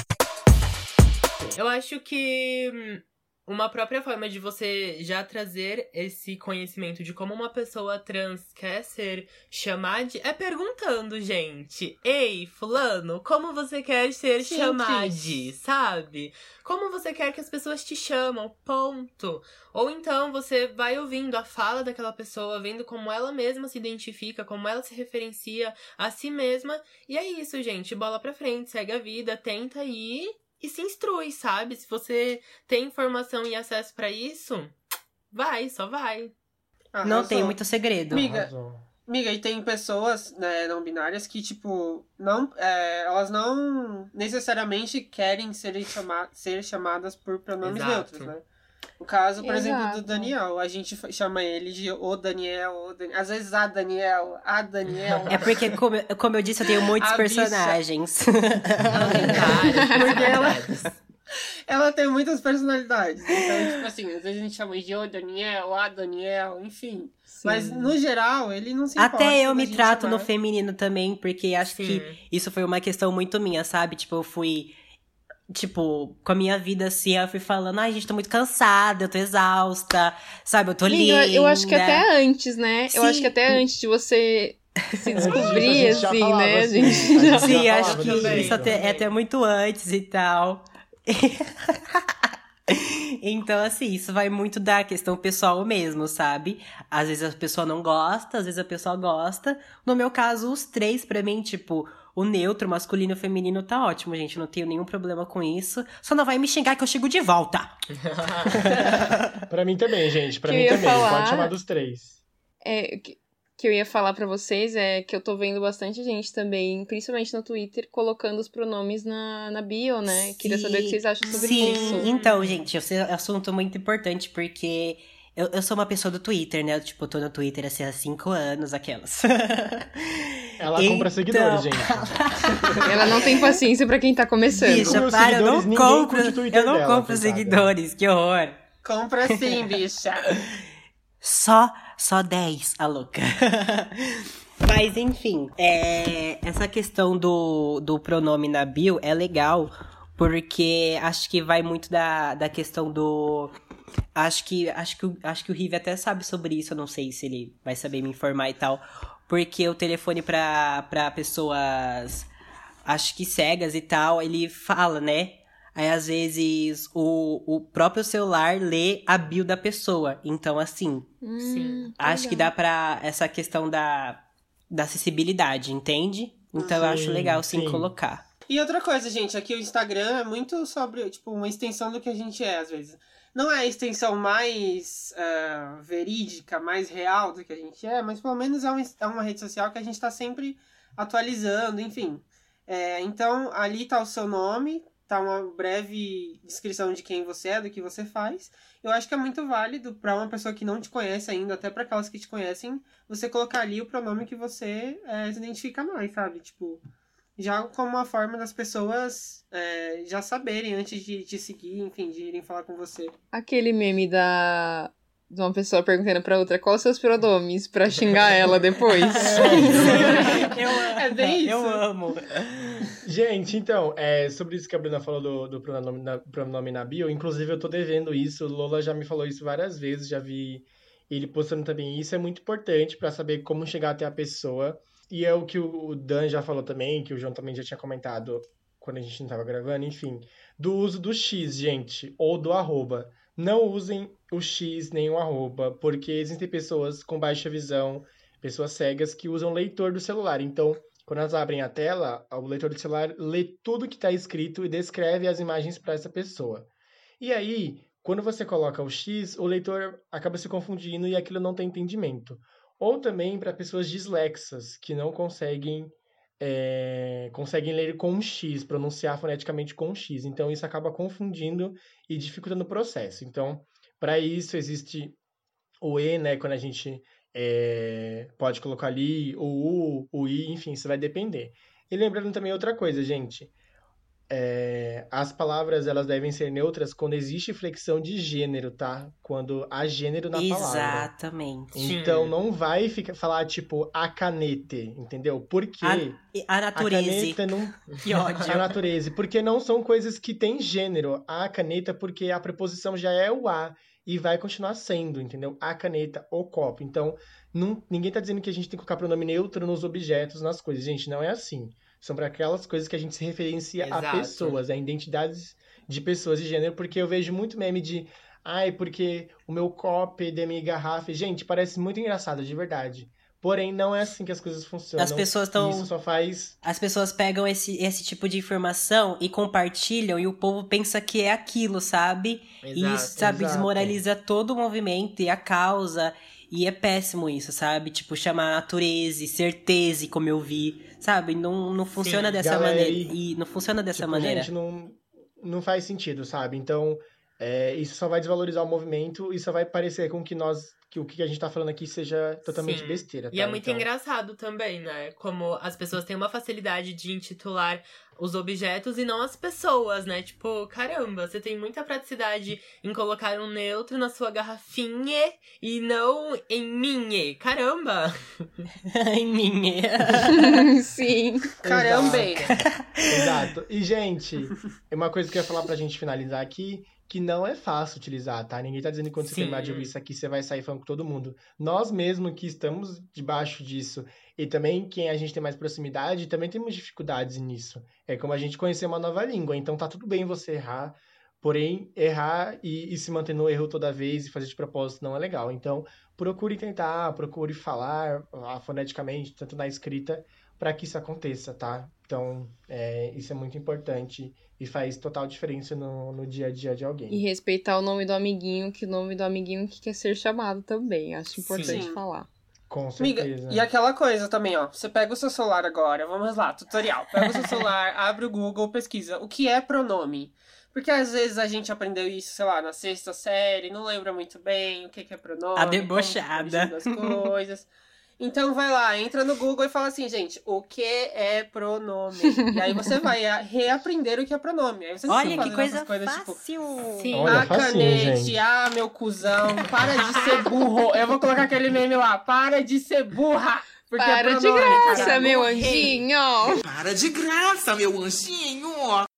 [SPEAKER 6] Eu acho que uma própria forma de você já trazer esse conhecimento de como uma pessoa trans quer ser chamada é perguntando, gente. Ei, fulano, como você quer ser
[SPEAKER 1] Simples.
[SPEAKER 6] chamada, sabe? Como você quer que as pessoas te chamam, ponto. Ou então você vai ouvindo a fala daquela pessoa, vendo como ela mesma se identifica, como ela se referencia a si mesma. E é isso, gente. Bola pra frente, segue a vida, tenta ir e se instrui, sabe? Se você tem informação e acesso pra isso, vai, só vai.
[SPEAKER 2] Não
[SPEAKER 3] Arrasou.
[SPEAKER 2] tem muito segredo.
[SPEAKER 3] Amiga,
[SPEAKER 4] Arrasou.
[SPEAKER 3] Amiga, e tem pessoas, né, não binárias que, tipo, elas não necessariamente querem ser chamadas por pronomes
[SPEAKER 6] Exato.
[SPEAKER 3] neutros, né? No caso, por exemplo,
[SPEAKER 1] Exato.
[SPEAKER 3] do Daniel. A gente chama ele de o Daniel, às vezes a Daniel.
[SPEAKER 2] É porque, como eu disse, eu tenho muitos
[SPEAKER 3] A bicha.
[SPEAKER 2] personagens.
[SPEAKER 6] Ela tem várias
[SPEAKER 3] Porque ela-
[SPEAKER 6] personalidades.
[SPEAKER 3] Ela tem muitas personalidades. Então, tipo assim, às vezes a gente chama de o Daniel, a Daniel, enfim.
[SPEAKER 1] Sim.
[SPEAKER 3] Mas, no geral, ele não se importa.
[SPEAKER 2] Até eu
[SPEAKER 3] da
[SPEAKER 2] me
[SPEAKER 3] gente
[SPEAKER 2] trato
[SPEAKER 3] chamar.
[SPEAKER 2] no feminino também, porque acho
[SPEAKER 6] Sim.
[SPEAKER 2] que isso foi uma questão muito minha, sabe? Tipo, eu fui... Tipo, com a minha vida assim, eu fui falando, ai, gente, tô muito cansada, eu tô exausta, sabe? Eu tô
[SPEAKER 1] Amiga,
[SPEAKER 2] linda.
[SPEAKER 1] eu acho que até antes, né? Eu
[SPEAKER 2] Sim.
[SPEAKER 1] acho que até antes de você se
[SPEAKER 4] Antes disso,
[SPEAKER 1] descobrir,
[SPEAKER 4] a gente já
[SPEAKER 1] assim,
[SPEAKER 4] falava
[SPEAKER 1] né?
[SPEAKER 4] assim,
[SPEAKER 1] A gente já...
[SPEAKER 2] Sim,
[SPEAKER 4] já
[SPEAKER 2] acho
[SPEAKER 4] falava
[SPEAKER 2] que
[SPEAKER 4] desse
[SPEAKER 2] isso
[SPEAKER 4] jeito.
[SPEAKER 2] é até muito antes e tal. Então, assim, isso vai muito da questão pessoal mesmo, sabe? Às vezes a pessoa não gosta, às vezes a pessoa gosta. No meu caso, os três, pra mim, tipo, o neutro, masculino e feminino tá ótimo, gente. Não tenho nenhum problema com isso. Só não vai me xingar que eu chego de volta.
[SPEAKER 4] Pra mim também, gente. Pra
[SPEAKER 1] Que
[SPEAKER 4] mim
[SPEAKER 1] eu ia
[SPEAKER 4] também.
[SPEAKER 1] falar-
[SPEAKER 4] Pode chamar dos três.
[SPEAKER 1] Que eu ia falar pra vocês é que eu tô vendo bastante gente também, principalmente no Twitter, colocando os pronomes na bio, né? Queria saber o que vocês acham sobre
[SPEAKER 2] Sim,
[SPEAKER 1] isso.
[SPEAKER 2] então, gente, esse é um assunto muito importante, porque eu sou uma pessoa do Twitter, né? Tipo, eu tô no Twitter assim, há 5 anos, aquelas.
[SPEAKER 4] Ela compra
[SPEAKER 2] Então-
[SPEAKER 4] seguidores, gente.
[SPEAKER 1] Ela não tem paciência pra quem tá começando.
[SPEAKER 2] Bicha,
[SPEAKER 4] meus
[SPEAKER 2] para, eu
[SPEAKER 4] seguidores,
[SPEAKER 2] não
[SPEAKER 4] ninguém
[SPEAKER 2] compro,
[SPEAKER 4] curte o Twitter
[SPEAKER 2] eu não
[SPEAKER 4] dela,
[SPEAKER 2] compro
[SPEAKER 4] coitada.
[SPEAKER 2] seguidores, que horror.
[SPEAKER 3] Compra sim, bicha.
[SPEAKER 2] Só 10, a louca. Mas, enfim, essa questão do pronome na bio é legal, porque acho que vai muito da questão do... Acho que o Rive até sabe sobre isso, eu não sei se ele vai saber me informar e tal, porque o telefone pra pessoas, acho que cegas e tal, ele fala, né? Aí, às vezes, o próprio celular lê a bio da pessoa. Então, assim,
[SPEAKER 6] Sim.
[SPEAKER 2] acho que dá pra essa questão da acessibilidade, entende? Então, eu acho legal, sim, colocar.
[SPEAKER 3] E outra coisa, gente, aqui o Instagram é muito sobre, tipo, uma extensão do que a gente é, às vezes. Não é a extensão mais verídica, mais real do que a gente é, mas pelo menos é uma rede social que a gente tá sempre atualizando, enfim. Então, ali tá o seu nome, tá uma breve descrição de quem você é, do que você faz. Eu acho que é muito válido pra uma pessoa que não te conhece ainda, até pra aquelas que te conhecem, você colocar ali o pronome que você se identifica mais, sabe? Tipo, já como uma forma das pessoas já saberem antes de te seguir, enfim, de irem falar com você.
[SPEAKER 1] Aquele meme de uma pessoa perguntando pra outra quais os seus pronomes pra xingar ela depois.
[SPEAKER 3] É bem isso.
[SPEAKER 2] Eu amo.
[SPEAKER 4] Gente, então, sobre isso que a Bruna falou do pronome na bio, inclusive eu tô devendo isso, o Lola já me falou isso várias vezes, já vi ele postando também isso, é muito importante pra saber como chegar até a pessoa, e é o que o Dan já falou também, que o João também já tinha comentado quando a gente não tava gravando, enfim, do uso do X, gente, ou do arroba. Não usem o X nem o arroba, porque existem pessoas com baixa visão, pessoas cegas que usam leitor do celular, então... Quando elas abrem a tela, o leitor do celular lê tudo que está escrito e descreve as imagens para essa pessoa. E aí, quando você coloca o X, o leitor acaba se confundindo e aquilo não tem entendimento. Ou também para pessoas dislexas, que não conseguem ler com um X, pronunciar foneticamente com um X. Então, isso acaba confundindo e dificultando o processo. Então, para isso, existe o E, né, quando a gente... pode colocar ali o U, o I, enfim, isso vai depender. E lembrando também outra coisa, gente. As palavras, elas devem ser neutras quando existe flexão de gênero, tá? Quando há gênero na palavra.
[SPEAKER 2] Exatamente.
[SPEAKER 4] Então, não vai falar, tipo, a canete, entendeu? Porque
[SPEAKER 2] A natureza.
[SPEAKER 4] caneta não...
[SPEAKER 2] Que ódio.
[SPEAKER 4] A natureza. Porque não são coisas que têm gênero. A caneta, porque a preposição já é o A. E vai continuar sendo, entendeu? A caneta, o copo. Então, ninguém tá dizendo que a gente tem que colocar pronome neutro nos objetos, nas coisas. Gente, não é assim. São para aquelas coisas que a gente se referencia a
[SPEAKER 6] Exato.
[SPEAKER 4] pessoas, a identidades de pessoas de gênero, porque eu vejo muito meme de porque o meu copo da minha garrafa... Gente, parece muito engraçado, de verdade. Porém, não é assim que as coisas funcionam.
[SPEAKER 2] As pessoas estão...
[SPEAKER 4] Isso só faz...
[SPEAKER 2] As pessoas pegam esse tipo de informação e compartilham e o povo pensa que é aquilo, sabe? E isso, sabe,
[SPEAKER 4] exato.
[SPEAKER 2] desmoraliza todo o movimento e a causa. E é péssimo isso, sabe? Tipo, chamar natureza, certeza, como eu vi. Sabe? Não funciona dessa
[SPEAKER 4] galera,
[SPEAKER 2] maneira. E não funciona dessa maneira.
[SPEAKER 4] Gente, não faz sentido, sabe? Então, isso só vai desvalorizar o movimento e só vai parecer com que o que a gente tá falando aqui seja totalmente
[SPEAKER 6] Sim.
[SPEAKER 4] besteira, tá?
[SPEAKER 6] E é muito
[SPEAKER 4] Então,
[SPEAKER 6] engraçado também, né? Como as pessoas têm uma facilidade de intitular os objetos e não as pessoas, né? Tipo, caramba, você tem muita praticidade em colocar um neutro na sua garrafinha e não em minha. Caramba!
[SPEAKER 2] Em minha.
[SPEAKER 1] Sim.
[SPEAKER 3] Caramba!
[SPEAKER 4] Exato. E, gente, uma coisa que eu ia falar pra gente finalizar aqui, que não é fácil utilizar, tá? Ninguém tá dizendo que quando você
[SPEAKER 6] Sim.
[SPEAKER 4] terminar de ouvir isso aqui, você vai sair falando com todo mundo. Nós mesmo que estamos debaixo disso, e também quem a gente tem mais proximidade, também temos dificuldades nisso. É como a gente conhecer uma nova língua, então tá tudo bem você errar, Porém, errar e se manter no erro toda vez e fazer de propósito não é legal. Então, procure tentar, procure falar foneticamente, tanto na escrita, para que isso aconteça, tá? Então, isso é muito importante e faz total diferença no dia a dia de alguém.
[SPEAKER 1] E respeitar o nome do amiguinho, que o nome do amiguinho que quer ser chamado também. Acho importante
[SPEAKER 3] Sim.
[SPEAKER 1] falar.
[SPEAKER 4] Com
[SPEAKER 3] Amiga,
[SPEAKER 4] certeza.
[SPEAKER 3] e aquela coisa também, ó. Você pega o seu celular agora, vamos lá, tutorial. Pega o seu celular, abre o Google, pesquisa. O que é pronome? Porque às vezes a gente aprendeu isso, sei lá, na 6ª série, não lembra muito bem o que é pronome.
[SPEAKER 2] A debochada.
[SPEAKER 3] Como que tá corrigindo as coisas. Então vai lá, entra no Google e fala assim, gente, o que é pronome? E aí você vai reaprender o que é pronome. Aí você não
[SPEAKER 2] Olha
[SPEAKER 3] precisa
[SPEAKER 2] que
[SPEAKER 3] fazer
[SPEAKER 2] coisa
[SPEAKER 3] essas coisas,
[SPEAKER 2] fácil.
[SPEAKER 6] Sim.
[SPEAKER 4] Olha,
[SPEAKER 3] ah,
[SPEAKER 4] facinho,
[SPEAKER 3] canete,
[SPEAKER 4] gente.
[SPEAKER 3] ah, meu cuzão, para de ser burro. Eu vou colocar aquele meme lá, para de ser burra. Porque é
[SPEAKER 1] Para de
[SPEAKER 3] pronome,
[SPEAKER 1] graça,
[SPEAKER 3] cara.
[SPEAKER 1] meu
[SPEAKER 6] morri.
[SPEAKER 1] anjinho!
[SPEAKER 7] Para de graça, meu anjinho!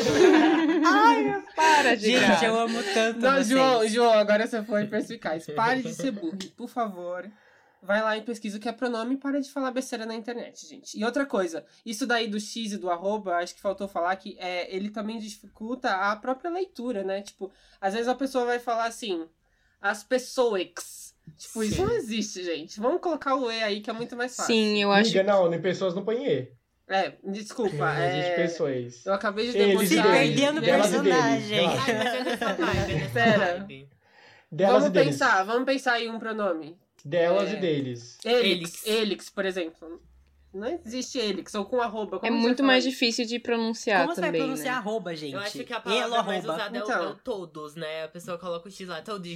[SPEAKER 1] Para de
[SPEAKER 2] Gente,
[SPEAKER 1] graça.
[SPEAKER 2] eu amo tanto
[SPEAKER 3] Não,
[SPEAKER 2] vocês.
[SPEAKER 3] João, agora você foi perspicaz. Pare de ser burro, por favor. Vai lá e pesquisa o que é pronome e para de falar besteira na internet, gente. E outra coisa, isso daí do X e do arroba, acho que faltou falar que ele também dificulta a própria leitura, né? Tipo, às vezes a pessoa vai falar assim, as pessoas. Tipo, isso não existe, gente. Vamos colocar o E aí que é muito mais fácil.
[SPEAKER 1] Sim, eu acho.
[SPEAKER 4] Amiga, não, em pessoas não põe E.
[SPEAKER 3] Desculpa.
[SPEAKER 4] Existe pessoas.
[SPEAKER 3] Eu acabei de
[SPEAKER 4] Eles
[SPEAKER 2] Se
[SPEAKER 3] debochar.
[SPEAKER 4] deles,
[SPEAKER 2] perdeu no
[SPEAKER 4] delas e deles,
[SPEAKER 2] personagem.
[SPEAKER 4] relaxa.
[SPEAKER 6] Ai, mas é nessa vibe, é nessa
[SPEAKER 3] Pera.
[SPEAKER 6] vibe.
[SPEAKER 4] Delas e deles.
[SPEAKER 3] Vamos pensar aí um pronome.
[SPEAKER 4] Delas e deles.
[SPEAKER 3] Elix, por exemplo. Não existe Elix, ou com arroba.
[SPEAKER 1] É
[SPEAKER 3] Como você
[SPEAKER 1] muito
[SPEAKER 3] fala
[SPEAKER 1] mais
[SPEAKER 3] isso?
[SPEAKER 1] difícil de pronunciar
[SPEAKER 2] Como você vai
[SPEAKER 1] também,
[SPEAKER 2] pronunciar
[SPEAKER 1] né?
[SPEAKER 2] arroba, gente?
[SPEAKER 6] Eu acho que a
[SPEAKER 2] Elo,
[SPEAKER 6] palavra mais
[SPEAKER 2] arroba.
[SPEAKER 6] usada é
[SPEAKER 3] Então.
[SPEAKER 6] o todos, né? A pessoa coloca o X lá, todos.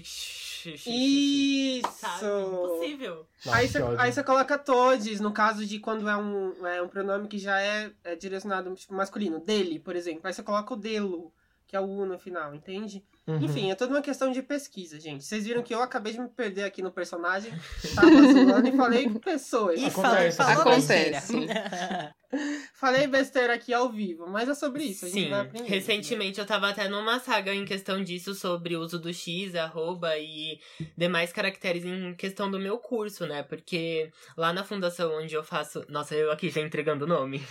[SPEAKER 3] Isso!
[SPEAKER 6] Sabe? Impossível.
[SPEAKER 4] Nossa,
[SPEAKER 3] Aí
[SPEAKER 4] que
[SPEAKER 3] você,
[SPEAKER 4] ódio.
[SPEAKER 3] aí você coloca todes, no caso de quando é um pronome que já é direcionado tipo, masculino. Dele, por exemplo. Aí você coloca o delo, que é o U no final, entende?
[SPEAKER 4] Uhum.
[SPEAKER 3] Enfim, é toda uma questão de pesquisa, gente. Vocês viram que eu acabei de me perder aqui no personagem. Tava zoando e falei pessoas.
[SPEAKER 2] E
[SPEAKER 4] Acontece,
[SPEAKER 2] falou
[SPEAKER 1] acontece.
[SPEAKER 2] besteira.
[SPEAKER 3] Falei besteira aqui ao vivo, mas é sobre isso. A gente
[SPEAKER 6] Sim,
[SPEAKER 3] vai aprender.
[SPEAKER 6] recentemente eu tava até numa saga em questão disso, sobre o uso do X, arroba e demais caracteres em questão do meu curso, né? Porque lá na fundação onde eu faço... Nossa, eu aqui já entregando o nome.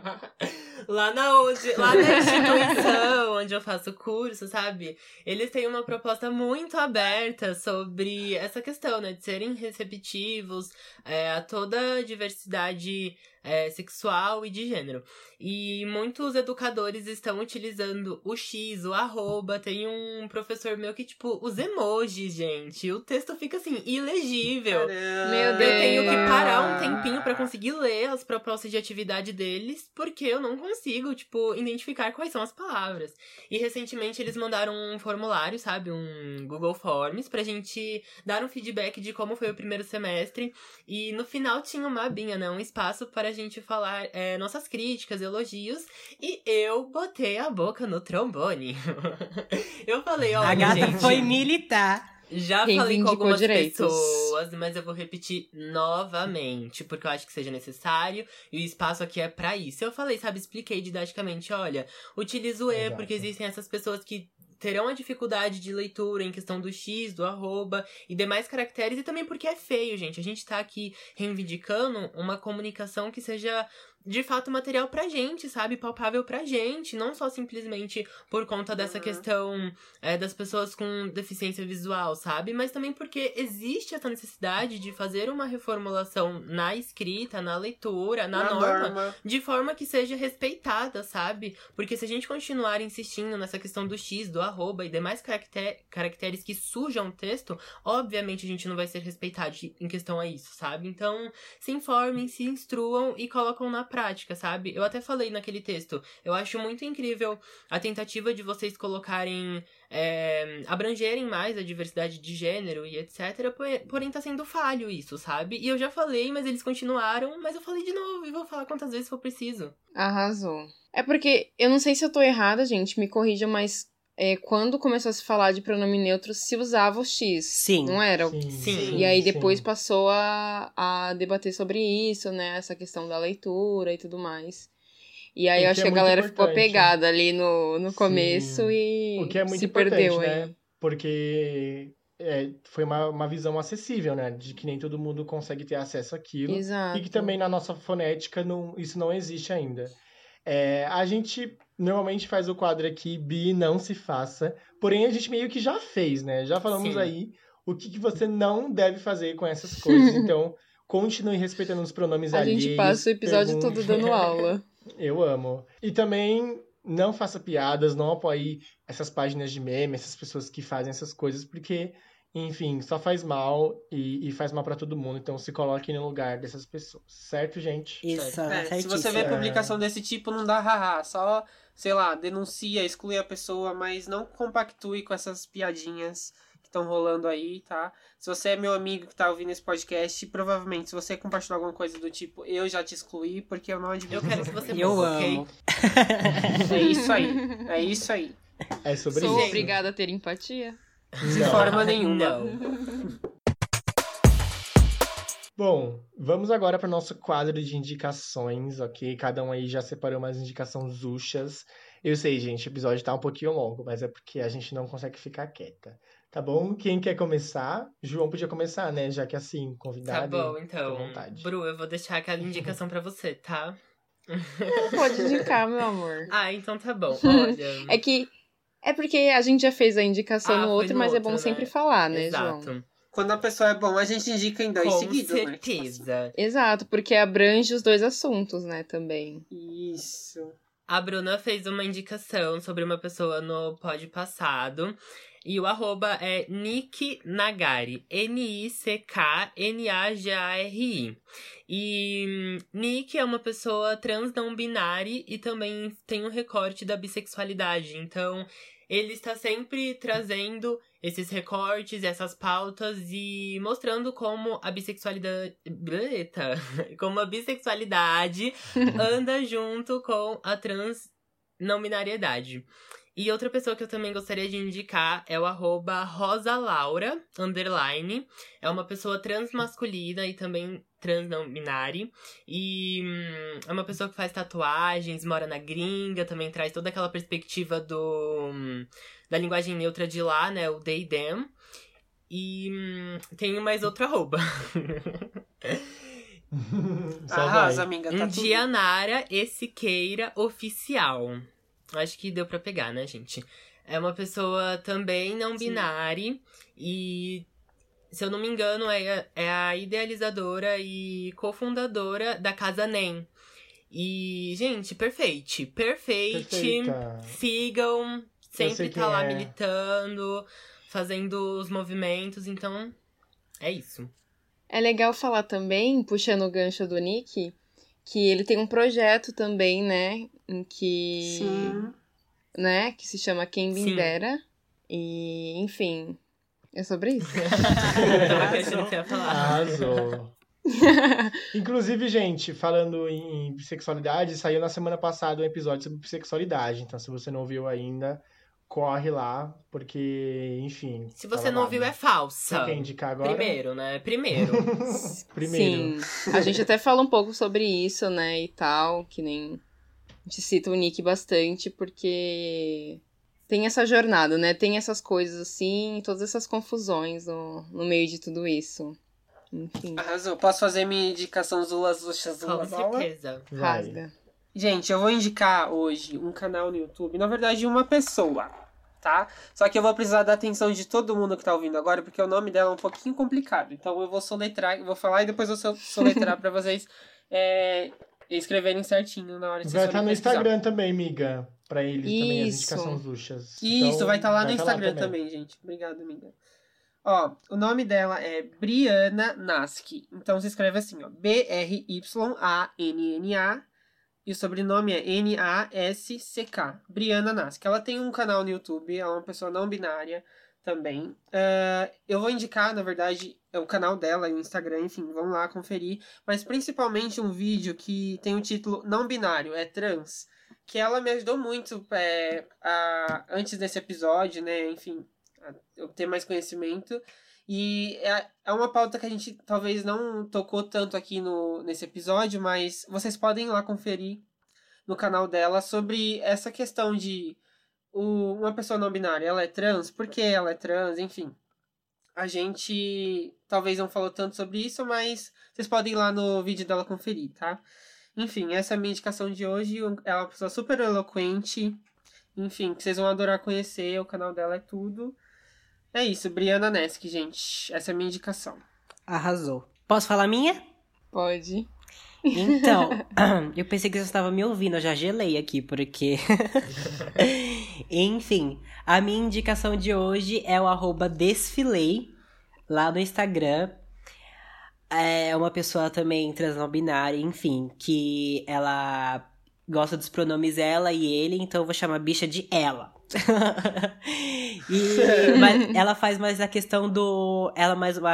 [SPEAKER 6] lá na instituição onde eu faço curso, sabe? Eles têm uma proposta muito aberta sobre essa questão, né? De serem receptivos a toda a diversidade sexual e de gênero. E muitos educadores estão utilizando o X, o arroba. Tem um professor meu que, tipo, os emojis, gente. O texto fica, assim, ilegível.
[SPEAKER 1] Meu
[SPEAKER 6] Eu tenho que
[SPEAKER 1] Deus.
[SPEAKER 6] parar um tempinho pra conseguir ler as propostas de atividade deles, porque eu não consigo, tipo, identificar quais são as palavras. E recentemente eles mandaram um formulário, sabe? Um Google Forms pra gente dar um feedback de como foi o primeiro semestre. E no final tinha uma abinha, né? Um espaço para a gente falar nossas críticas, elogios. E eu botei a boca no trombone. Eu falei, ó,
[SPEAKER 2] A gata
[SPEAKER 6] gente...
[SPEAKER 2] foi militar.
[SPEAKER 6] Já falei com
[SPEAKER 1] Reivindicou
[SPEAKER 6] algumas
[SPEAKER 1] direitos.
[SPEAKER 6] pessoas, mas eu vou repetir novamente, porque eu acho que seja necessário e o espaço aqui é pra isso. Eu falei, sabe, expliquei didaticamente, olha, utilizo o E
[SPEAKER 4] Exato.
[SPEAKER 6] porque existem essas pessoas que terão a dificuldade de leitura em questão do X, do arroba e demais caracteres, e também porque é feio, gente. A gente tá aqui reivindicando uma comunicação que seja de fato material pra gente, sabe? Palpável pra gente, não só simplesmente por conta dessa questão das pessoas com deficiência visual, sabe? Mas também porque existe essa necessidade de fazer uma reformulação na escrita, na leitura, na norma, de forma que seja respeitada, sabe? Porque se a gente continuar insistindo nessa questão do X, do arroba e demais caracteres que sujam o texto, obviamente a gente não vai ser respeitado em questão a isso, sabe? Então, se informem, se instruam e colocam na prática, sabe? Eu até falei naquele texto, eu acho muito incrível a tentativa de vocês colocarem, abrangerem mais a diversidade de gênero e etc, porém tá sendo falho isso, sabe? E eu já falei, mas eles continuaram, mas eu falei de novo e vou falar quantas vezes for preciso.
[SPEAKER 1] Arrasou. É porque, eu não sei se eu tô errada, gente, me corrija, mas quando começou a se falar de pronome neutro, se usava o X.
[SPEAKER 2] Sim.
[SPEAKER 1] Não era?
[SPEAKER 6] Sim.
[SPEAKER 1] E aí depois
[SPEAKER 4] sim.
[SPEAKER 1] passou a debater sobre isso, né? Essa questão da leitura e tudo mais. E aí
[SPEAKER 4] O
[SPEAKER 1] eu
[SPEAKER 4] que
[SPEAKER 1] acho
[SPEAKER 4] é
[SPEAKER 1] que a
[SPEAKER 4] muito
[SPEAKER 1] galera ficou
[SPEAKER 4] importante.
[SPEAKER 1] apegada ali no começo
[SPEAKER 4] Sim.
[SPEAKER 1] e
[SPEAKER 4] O que é muito
[SPEAKER 1] se
[SPEAKER 4] importante,
[SPEAKER 1] perdeu
[SPEAKER 4] né?
[SPEAKER 1] aí.
[SPEAKER 4] Porque foi uma visão acessível, né? De que nem todo mundo consegue ter acesso àquilo.
[SPEAKER 1] Exato.
[SPEAKER 4] E que também na nossa fonética isso não existe ainda. A gente normalmente faz o quadro aqui, Bi, não se faça. Porém, a gente meio que já fez, né? Já falamos
[SPEAKER 6] Sim.
[SPEAKER 4] aí o que você não deve fazer com essas coisas. Então, continue respeitando os pronomes
[SPEAKER 1] A
[SPEAKER 4] alheios.
[SPEAKER 1] gente passa o episódio
[SPEAKER 4] pergunte.
[SPEAKER 1] todo dando aula.
[SPEAKER 4] Eu amo. E também não faça piadas, não apoie essas páginas de meme, essas pessoas que fazem essas coisas, porque, enfim, só faz mal e faz mal pra todo mundo. Então se coloque no lugar dessas pessoas, certo, gente?
[SPEAKER 2] Isso,
[SPEAKER 3] Se você vê
[SPEAKER 2] certíssimo.
[SPEAKER 3] publicação desse tipo, não dá haha. Só, sei lá, denuncia, exclui a pessoa, mas não compactue com essas piadinhas que estão rolando aí, tá? Se você é meu amigo que tá ouvindo esse podcast, provavelmente, se você compartilhar alguma coisa do tipo, eu já te excluí, porque eu não admito.
[SPEAKER 6] Eu quero que você
[SPEAKER 2] Eu
[SPEAKER 6] morra,
[SPEAKER 2] amo.
[SPEAKER 6] ok?
[SPEAKER 3] É isso aí. É isso aí.
[SPEAKER 4] É sobre
[SPEAKER 1] Sou
[SPEAKER 4] isso.
[SPEAKER 1] obrigada a ter empatia?
[SPEAKER 3] De forma nenhuma.
[SPEAKER 6] Não.
[SPEAKER 4] Bom, vamos agora para o nosso quadro de indicações, ok? Cada um aí já separou umas indicações zuchas. Eu sei, gente, o episódio tá um pouquinho longo, mas é porque a gente não consegue ficar quieta. Tá bom? Quem quer começar? João podia começar, né? Já que assim,
[SPEAKER 6] Tá
[SPEAKER 4] convidado.
[SPEAKER 6] bom,
[SPEAKER 4] fica
[SPEAKER 6] então.
[SPEAKER 4] à vontade.
[SPEAKER 6] Bru, eu vou deixar aquela indicação pra você, tá?
[SPEAKER 1] Pode indicar, meu amor.
[SPEAKER 6] Ah, então tá bom. Olha.
[SPEAKER 1] É porque a gente já fez a indicação no
[SPEAKER 6] foi
[SPEAKER 1] outro, mas é bom
[SPEAKER 6] outro,
[SPEAKER 1] sempre
[SPEAKER 6] né?
[SPEAKER 1] falar, né, João?
[SPEAKER 6] Exato.
[SPEAKER 3] Quando a pessoa é bom, a gente indica em dois
[SPEAKER 6] Com
[SPEAKER 3] seguidos, né? Tipo assim.
[SPEAKER 6] certeza.
[SPEAKER 1] Exato, porque abrange os dois assuntos, né, também.
[SPEAKER 3] Isso.
[SPEAKER 6] A Bruna fez uma indicação sobre uma pessoa no pod passado. E o arroba é Nick Nagari. Nicknagari. E Nick é uma pessoa trans não binária e também tem um recorte da bissexualidade. Então, ele está sempre trazendo esses recortes, essas pautas e mostrando como a bissexualidade... como a bissexualidade anda junto com a trans não binariedade. E outra pessoa que eu também gostaria de indicar é o arroba rosalaura_. É uma pessoa transmasculina e também trans não binária. E é uma pessoa que faz tatuagens, mora na gringa, também traz toda aquela perspectiva da linguagem neutra de lá, né? O they, them. E tem mais outro arroba.
[SPEAKER 3] Arrasa, amiga. Tá tudo.
[SPEAKER 6] Indianara Siqueira Oficial. Acho que deu pra pegar, né, gente? É uma pessoa também não binária e, se eu não me engano, é a idealizadora e cofundadora da Casa NEM. E, gente, perfeita. Sigam, sempre tá lá militando, fazendo os movimentos, então é isso.
[SPEAKER 1] É legal falar também, puxando o gancho do Nick, que ele tem um projeto também, né, em que...
[SPEAKER 3] Sim.
[SPEAKER 1] Né, que se chama Quem Me
[SPEAKER 6] Sim.
[SPEAKER 1] Dera. E, enfim, é sobre isso.
[SPEAKER 6] Tava achando que você ia falar.
[SPEAKER 4] Arrasou. Inclusive, gente, falando em bissexualidade, saiu na semana passada um episódio sobre bissexualidade. Então, se você não ouviu ainda, corre lá, porque, enfim...
[SPEAKER 6] Se você não ouviu, é falsa.
[SPEAKER 4] Você quer indicar agora?
[SPEAKER 6] Primeiro, né? Primeiro.
[SPEAKER 4] Primeiro.
[SPEAKER 1] Sim, a gente até fala um pouco sobre isso, né, e tal, que nem... A gente cita o Nick bastante, porque tem essa jornada, né, tem essas coisas assim, todas essas confusões no meio de tudo isso. Enfim,
[SPEAKER 3] Arrasou. Posso fazer minha indicação Zula?
[SPEAKER 6] Com certeza.
[SPEAKER 4] Vai.
[SPEAKER 1] rasga.
[SPEAKER 3] Gente, eu vou indicar hoje um canal no YouTube, na verdade, uma pessoa, tá? Só que eu vou precisar da atenção de todo mundo que tá ouvindo agora, porque o nome dela é um pouquinho complicado. Então eu vou soletrar, eu vou falar e depois eu soletrar pra vocês escreverem certinho na hora de
[SPEAKER 4] Vai
[SPEAKER 3] vocês
[SPEAKER 4] estar no
[SPEAKER 3] pesquisar.
[SPEAKER 4] Instagram também, miga. Pra eles também, as
[SPEAKER 1] Isso.
[SPEAKER 4] indicações luxas.
[SPEAKER 3] Isso,
[SPEAKER 4] Então,
[SPEAKER 3] vai estar lá no
[SPEAKER 4] tá
[SPEAKER 3] Instagram também, gente. Obrigado, amiga. Ó, o nome dela é Brianna Nasky. Então se escreve assim, ó. Bryanna. E o sobrenome é Nask. Brianna Nasky. Ela tem um canal no YouTube, ela é uma pessoa não binária também. Eu vou indicar, na verdade, o canal dela e o Instagram, enfim, vão lá conferir. Mas principalmente um vídeo que tem o título Não Binário, é Trans. Que ela me ajudou muito antes desse episódio, né? Enfim, a eu ter mais conhecimento. E é uma pauta que a gente talvez não tocou tanto aqui nesse episódio, mas vocês podem ir lá conferir no canal dela sobre essa questão de uma pessoa não binária, ela é trans, por que ela é trans, enfim. A gente talvez não falou tanto sobre isso, mas vocês podem ir lá no vídeo dela conferir, tá? Enfim, essa é a minha indicação de hoje. É uma pessoa super eloquente. Enfim, que vocês vão adorar conhecer. O canal dela é tudo. É isso, Briana Nesk, gente. Essa é a minha indicação.
[SPEAKER 2] Arrasou. Posso falar a minha?
[SPEAKER 1] Pode.
[SPEAKER 2] Então, eu pensei que você estava me ouvindo, eu já gelei aqui, porque... Enfim, a minha indicação de hoje é o @desfilei, lá no Instagram. É uma pessoa também trans não binária, enfim, que ela gosta dos pronomes ela e ele, então eu vou chamar a bicha de ela. Mas ela faz mais a questão do... Ela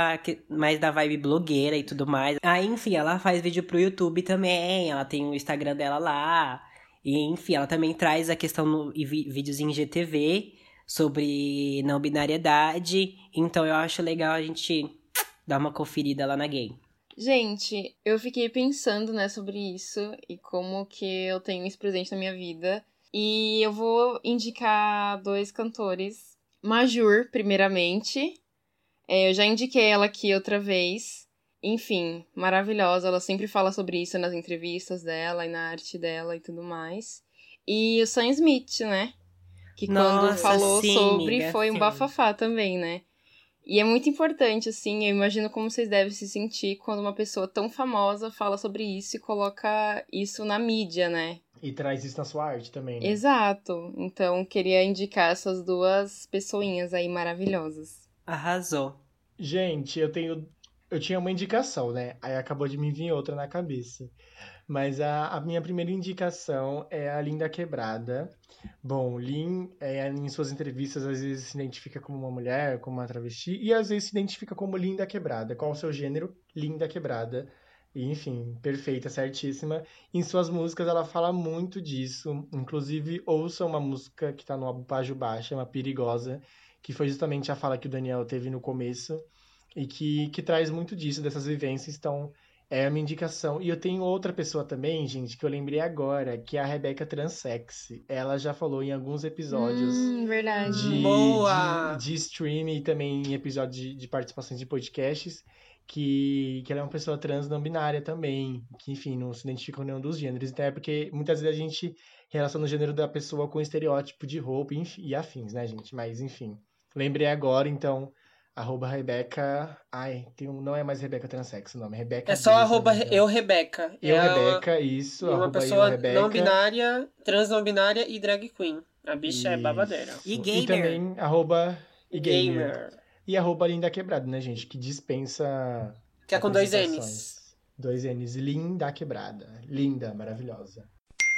[SPEAKER 2] mais da vibe blogueira e tudo mais. Aí, enfim, ela faz vídeo pro YouTube também. Ela tem o Instagram dela lá. E, enfim, ela também traz a questão vídeos em GTV sobre não binariedade. Então eu acho legal a gente dar uma conferida lá na gay.
[SPEAKER 1] Gente, eu fiquei pensando, né, sobre isso e como que eu tenho isso presente na minha vida. E eu vou indicar 2 cantores. Majur, primeiramente. Eu já indiquei ela aqui outra vez. Enfim, maravilhosa. Ela sempre fala sobre isso nas entrevistas dela e na arte dela e tudo mais. E o Sam Smith, né? Que quando falou
[SPEAKER 2] sim,
[SPEAKER 1] sobre
[SPEAKER 2] amiga,
[SPEAKER 1] foi um
[SPEAKER 2] sim.
[SPEAKER 1] bafafá também, né? E é muito importante, assim, eu imagino como vocês devem se sentir quando uma pessoa tão famosa fala sobre isso e coloca isso na mídia, né?
[SPEAKER 4] E traz isso na sua arte também, né?
[SPEAKER 1] Exato. Então, queria indicar essas 2 pessoinhas aí maravilhosas.
[SPEAKER 2] Arrasou.
[SPEAKER 4] Gente, eu tinha uma indicação, né? Aí acabou de me vir outra na cabeça. Mas a minha primeira indicação é a Linda Quebrada. Bom, Lin, em suas entrevistas, às vezes se identifica como uma mulher, como uma travesti, e às vezes se identifica como Linda Quebrada. Qual o seu gênero? Linda Quebrada. E, enfim, perfeita, certíssima. Em suas músicas ela fala muito disso. Inclusive, ouça uma música que tá no álbum Pajubá, chama Perigosa, que foi justamente a fala que o Daniel teve no começo, e que traz muito disso, dessas vivências. Então, é a minha indicação. E eu tenho outra pessoa também, gente, que eu lembrei agora, que é a Rebeca Transex. Ela já falou em alguns episódios
[SPEAKER 1] Verdade.
[SPEAKER 3] Boa!
[SPEAKER 4] de stream e também em episódios de participações de podcasts, que ela é uma pessoa trans não binária também, que, enfim, não se identifica com nenhum dos gêneros. Então é porque muitas vezes a gente relaciona o gênero da pessoa com o estereótipo de roupa e afins, né, gente? Mas, enfim, lembrei agora, então... @Rebeca... não é mais Rebeca Transex o nome, é Rebeca...
[SPEAKER 3] É só
[SPEAKER 4] Dias,
[SPEAKER 3] @eurebeca.
[SPEAKER 4] Rebeca, isso,
[SPEAKER 3] E uma
[SPEAKER 4] arroba
[SPEAKER 3] pessoa
[SPEAKER 4] Rebeca.
[SPEAKER 3] não binária, trans não binária e drag queen. A bicha é babadeira.
[SPEAKER 2] E gamer.
[SPEAKER 4] E também @gamer. E Linda Quebrada, né, gente? Que dispensa...
[SPEAKER 3] Que é com 2
[SPEAKER 4] apresentações.
[SPEAKER 3] N's.
[SPEAKER 4] 2 N's. Linda Quebrada. Linda, maravilhosa.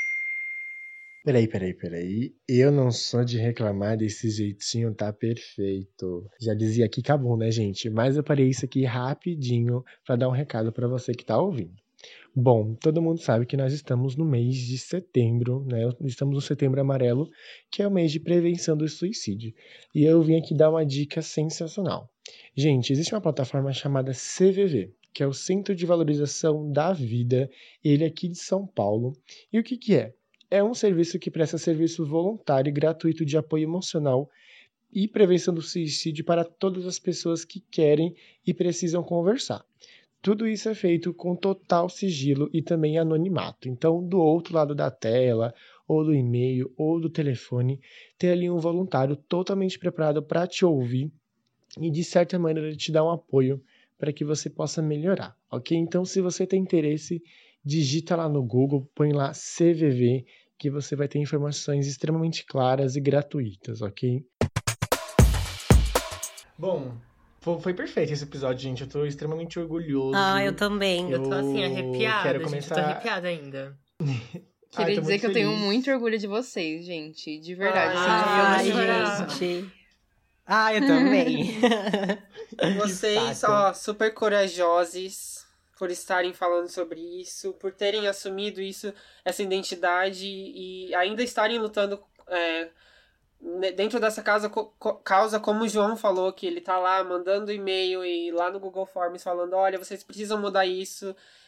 [SPEAKER 4] Peraí. Eu não sou de reclamar desse jeitinho, tá perfeito. Já dizia aqui acabou, né, gente? Mas eu parei isso aqui rapidinho pra dar um recado pra você que tá ouvindo. Bom, todo mundo sabe que nós estamos no mês de setembro, né? Estamos no Setembro Amarelo, que é o mês de prevenção do suicídio. E eu vim aqui dar uma dica sensacional. Gente, existe uma plataforma chamada CVV, que é o Centro de Valorização da Vida, ele aqui de São Paulo. E o que é? É um serviço que presta serviço voluntário e gratuito de apoio emocional e prevenção do suicídio para todas as pessoas que querem e precisam conversar. Tudo isso é feito com total sigilo e também anonimato. Então, do outro lado da tela, ou do e-mail, ou do telefone, tem ali um voluntário totalmente preparado para te ouvir e, de certa maneira, te dar um apoio para que você possa melhorar, ok? Então, se você tem interesse, digita lá no Google, põe lá CVV, que você vai ter informações extremamente claras e gratuitas, ok? Bom, foi perfeito esse episódio, gente. Eu tô extremamente orgulhoso.
[SPEAKER 2] Eu também.
[SPEAKER 6] Eu tô assim, arrepiada,
[SPEAKER 4] quero
[SPEAKER 6] gente.
[SPEAKER 4] começar...
[SPEAKER 6] Eu tô arrepiada ainda.
[SPEAKER 1] Queria
[SPEAKER 4] tô
[SPEAKER 1] dizer
[SPEAKER 4] muito
[SPEAKER 1] que eu tenho
[SPEAKER 4] feliz.
[SPEAKER 1] muito orgulho de vocês, gente. De verdade.
[SPEAKER 2] Ai,
[SPEAKER 1] Senti orgulho.
[SPEAKER 2] gente. Eu também.
[SPEAKER 3] Vocês,
[SPEAKER 4] saco.
[SPEAKER 3] super corajosos por estarem falando sobre isso, por terem assumido isso, essa identidade e ainda estarem lutando dentro dessa causa, como o João falou, que ele tá lá mandando e-mail e lá no Google Forms falando, olha, vocês precisam mudar isso,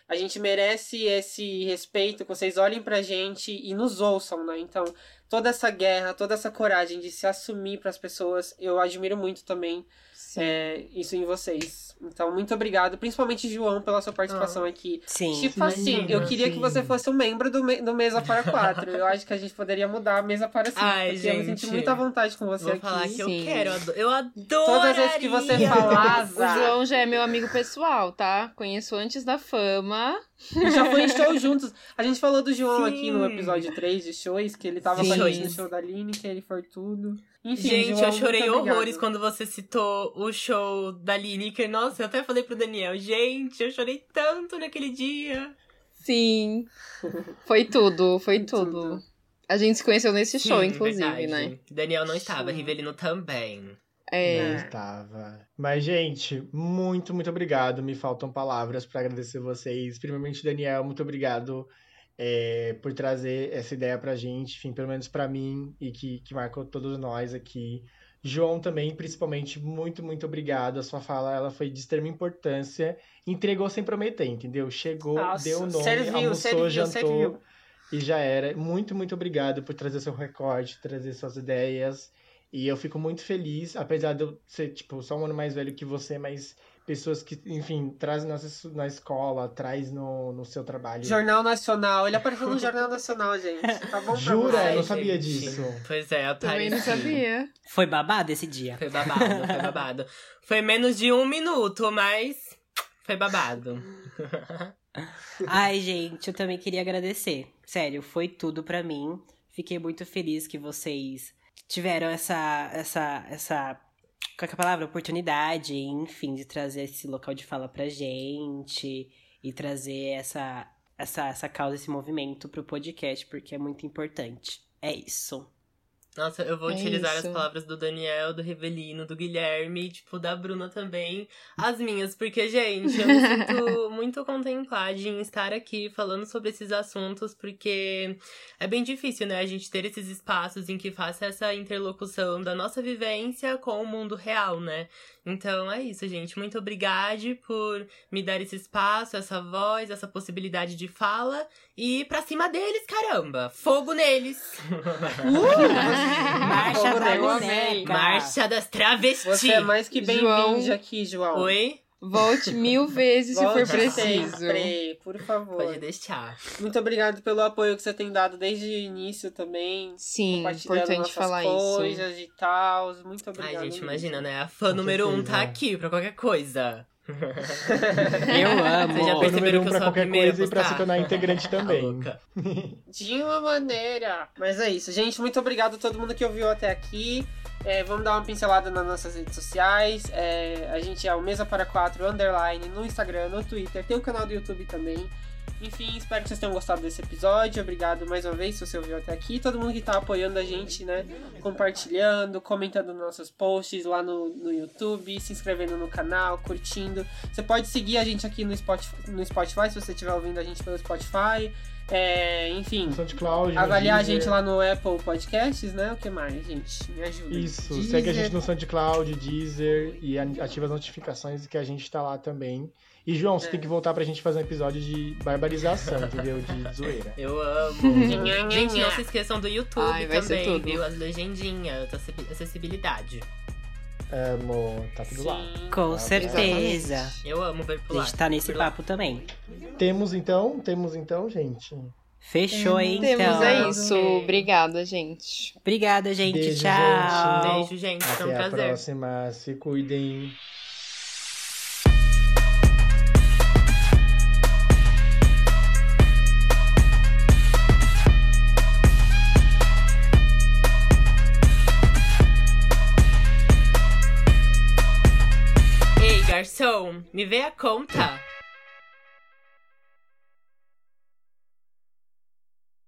[SPEAKER 3] A gente merece esse respeito, que vocês olhem pra gente e nos ouçam, né? Então, toda essa guerra, toda essa coragem de se assumir pras pessoas, eu admiro muito também isso em vocês. Então, muito obrigado, principalmente, João, pela sua participação aqui.
[SPEAKER 2] Sim.
[SPEAKER 3] Tipo assim, eu queria que você fosse um membro do Mesa para 4. Eu acho que a gente poderia mudar a Mesa para 5.
[SPEAKER 6] Ai,
[SPEAKER 3] porque eu me senti muita vontade com você
[SPEAKER 6] Vou
[SPEAKER 3] aqui.
[SPEAKER 6] falar que eu
[SPEAKER 1] Sim.
[SPEAKER 6] quero, eu adoro.
[SPEAKER 3] Todas as vezes que você
[SPEAKER 1] O
[SPEAKER 3] falava,
[SPEAKER 1] João já é meu amigo pessoal, tá? Conheço antes da fama.
[SPEAKER 3] já foi em show juntos. A gente falou do João
[SPEAKER 6] Sim.
[SPEAKER 3] aqui no episódio 3 de shows, que ele tava
[SPEAKER 1] Sim.
[SPEAKER 3] com a gente no show da Lineker, ele foi tudo. Enfim,
[SPEAKER 6] Gente,
[SPEAKER 3] João,
[SPEAKER 6] eu chorei
[SPEAKER 3] muito obrigado.
[SPEAKER 6] horrores quando você citou o show da Lineker. Nossa, eu até falei pro Daniel, gente, eu chorei tanto naquele dia.
[SPEAKER 1] Sim. Foi tudo. A gente se conheceu nesse show,
[SPEAKER 6] Sim,
[SPEAKER 1] inclusive,
[SPEAKER 6] verdade.
[SPEAKER 1] né?
[SPEAKER 6] Daniel não estava, Rivelino também.
[SPEAKER 4] Não estava. Mas, gente, muito, muito obrigado. Me faltam palavras para agradecer vocês. Primeiramente, Daniel, muito obrigado por trazer essa ideia pra gente, enfim, pelo menos pra mim, e que marcou todos nós aqui. João também, principalmente, muito, muito obrigado. A sua fala, ela foi de extrema importância. Entregou sem prometer, entendeu? Chegou,
[SPEAKER 3] Nossa,
[SPEAKER 4] deu o nome,
[SPEAKER 3] serviu,
[SPEAKER 4] jantou
[SPEAKER 3] serviu.
[SPEAKER 4] e já era. Muito, muito obrigado por trazer seu recorte, trazer suas ideias. E eu fico muito feliz, apesar de eu ser, tipo, só um ano mais velho que você, mas pessoas que, enfim, trazem na escola, traz no seu trabalho.
[SPEAKER 3] Jornal Nacional. Ele apareceu no Jornal Nacional, gente. Tá bom pra
[SPEAKER 4] Jura?
[SPEAKER 3] vocês.
[SPEAKER 4] Eu não sabia
[SPEAKER 6] gente.
[SPEAKER 4] disso.
[SPEAKER 6] Pois é,
[SPEAKER 1] Também não
[SPEAKER 6] apareci.
[SPEAKER 1] sabia.
[SPEAKER 2] Foi babado esse dia?
[SPEAKER 6] Foi babado. Foi menos de 1 minuto, mas foi babado.
[SPEAKER 2] Ai, gente, eu também queria agradecer. Sério, foi tudo pra mim. Fiquei muito feliz que vocês tiveram essa qual é a palavra? Oportunidade, enfim, de trazer esse local de fala pra gente e trazer essa causa, esse movimento pro podcast, porque é muito importante. É isso.
[SPEAKER 6] Nossa, eu vou
[SPEAKER 1] É
[SPEAKER 6] utilizar
[SPEAKER 1] isso.
[SPEAKER 6] as palavras do Daniel, do Rivelino, do Guilherme, tipo, da Bruna também, as minhas, porque, gente, eu me sinto muito contemplada em estar aqui falando sobre esses assuntos, porque é bem difícil, né, a gente ter esses espaços em que faça essa interlocução da nossa vivência com o mundo real, né? Então é isso, gente. Muito obrigada por me dar esse espaço, essa voz, essa possibilidade de fala. E pra cima deles, caramba! Fogo neles!
[SPEAKER 2] Marcha
[SPEAKER 3] Fogo
[SPEAKER 2] da
[SPEAKER 3] neles.
[SPEAKER 2] boneca!
[SPEAKER 6] Marcha das travestis!
[SPEAKER 3] Você é mais que bem-vindo
[SPEAKER 1] João.
[SPEAKER 3] aqui, João.
[SPEAKER 6] Oi?
[SPEAKER 1] Volte 1000 vezes se for
[SPEAKER 3] Volte
[SPEAKER 1] preciso.
[SPEAKER 3] sempre, por favor.
[SPEAKER 6] Pode deixar.
[SPEAKER 3] Muito obrigado pelo apoio que você tem dado desde o início também.
[SPEAKER 1] Sim,
[SPEAKER 3] Compartilhando
[SPEAKER 1] importante
[SPEAKER 3] nossas
[SPEAKER 1] falar isso.
[SPEAKER 3] coisas e tal. Muito obrigado.
[SPEAKER 6] Ai, gente,
[SPEAKER 3] mesmo.
[SPEAKER 6] imagina, né? A fã número 1 tá
[SPEAKER 4] certeza.
[SPEAKER 6] aqui pra qualquer coisa.
[SPEAKER 2] Eu
[SPEAKER 6] Vocês já
[SPEAKER 2] amo!
[SPEAKER 4] O
[SPEAKER 6] perceberam
[SPEAKER 4] número 1
[SPEAKER 6] que eu
[SPEAKER 4] pra
[SPEAKER 6] sou a
[SPEAKER 4] qualquer
[SPEAKER 6] primeira a
[SPEAKER 4] coisa e pra se
[SPEAKER 6] postar?
[SPEAKER 4] tornar integrante
[SPEAKER 6] Tá
[SPEAKER 4] também.
[SPEAKER 6] louca.
[SPEAKER 3] De uma maneira. Mas é isso, gente. Muito obrigado a todo mundo que ouviu até aqui. Vamos dar uma pincelada nas nossas redes sociais. A gente é o Mesa para 4 _ no Instagram, no Twitter. Tem o canal do YouTube também. Enfim, espero que vocês tenham gostado desse episódio. Obrigado mais uma vez se você ouviu até aqui. Todo mundo que tá apoiando a gente, né? Compartilhando, comentando nossos posts lá no YouTube, se inscrevendo no canal, curtindo. Você pode seguir a gente aqui no Spotify se você estiver ouvindo a gente pelo Spotify. Enfim,
[SPEAKER 4] No SoundCloud, no
[SPEAKER 3] avaliar a
[SPEAKER 4] Deezer.
[SPEAKER 3] gente lá no Apple Podcasts, né? O que mais, gente? Me ajuda.
[SPEAKER 4] Isso,
[SPEAKER 3] Deezer.
[SPEAKER 4] segue a gente no SoundCloud, Deezer e ativa as notificações que a gente tá lá também. E, João, você tem que voltar pra gente fazer um episódio de barbarização, entendeu? De zoeira.
[SPEAKER 6] Eu amo. Gente, não se esqueçam do YouTube
[SPEAKER 1] Ai, vai ser
[SPEAKER 6] também,
[SPEAKER 1] tudo.
[SPEAKER 6] viu? As legendinhas, acessibilidade.
[SPEAKER 4] Amor, tá tudo lá.
[SPEAKER 2] Com certeza.
[SPEAKER 6] Eu amo ver
[SPEAKER 2] A
[SPEAKER 6] por lá.
[SPEAKER 2] gente tá nesse
[SPEAKER 6] Por lá.
[SPEAKER 2] papo também.
[SPEAKER 4] Temos então, gente.
[SPEAKER 2] Fechou, hein, então.
[SPEAKER 1] Temos, é isso. Obrigada, gente.
[SPEAKER 2] Obrigada, gente.
[SPEAKER 4] Beijo,
[SPEAKER 2] Tchau.
[SPEAKER 4] gente.
[SPEAKER 6] Beijo, gente. Foi um
[SPEAKER 4] Até a
[SPEAKER 6] prazer.
[SPEAKER 4] próxima. Se cuidem.
[SPEAKER 6] Ei, garçom, me vê a conta.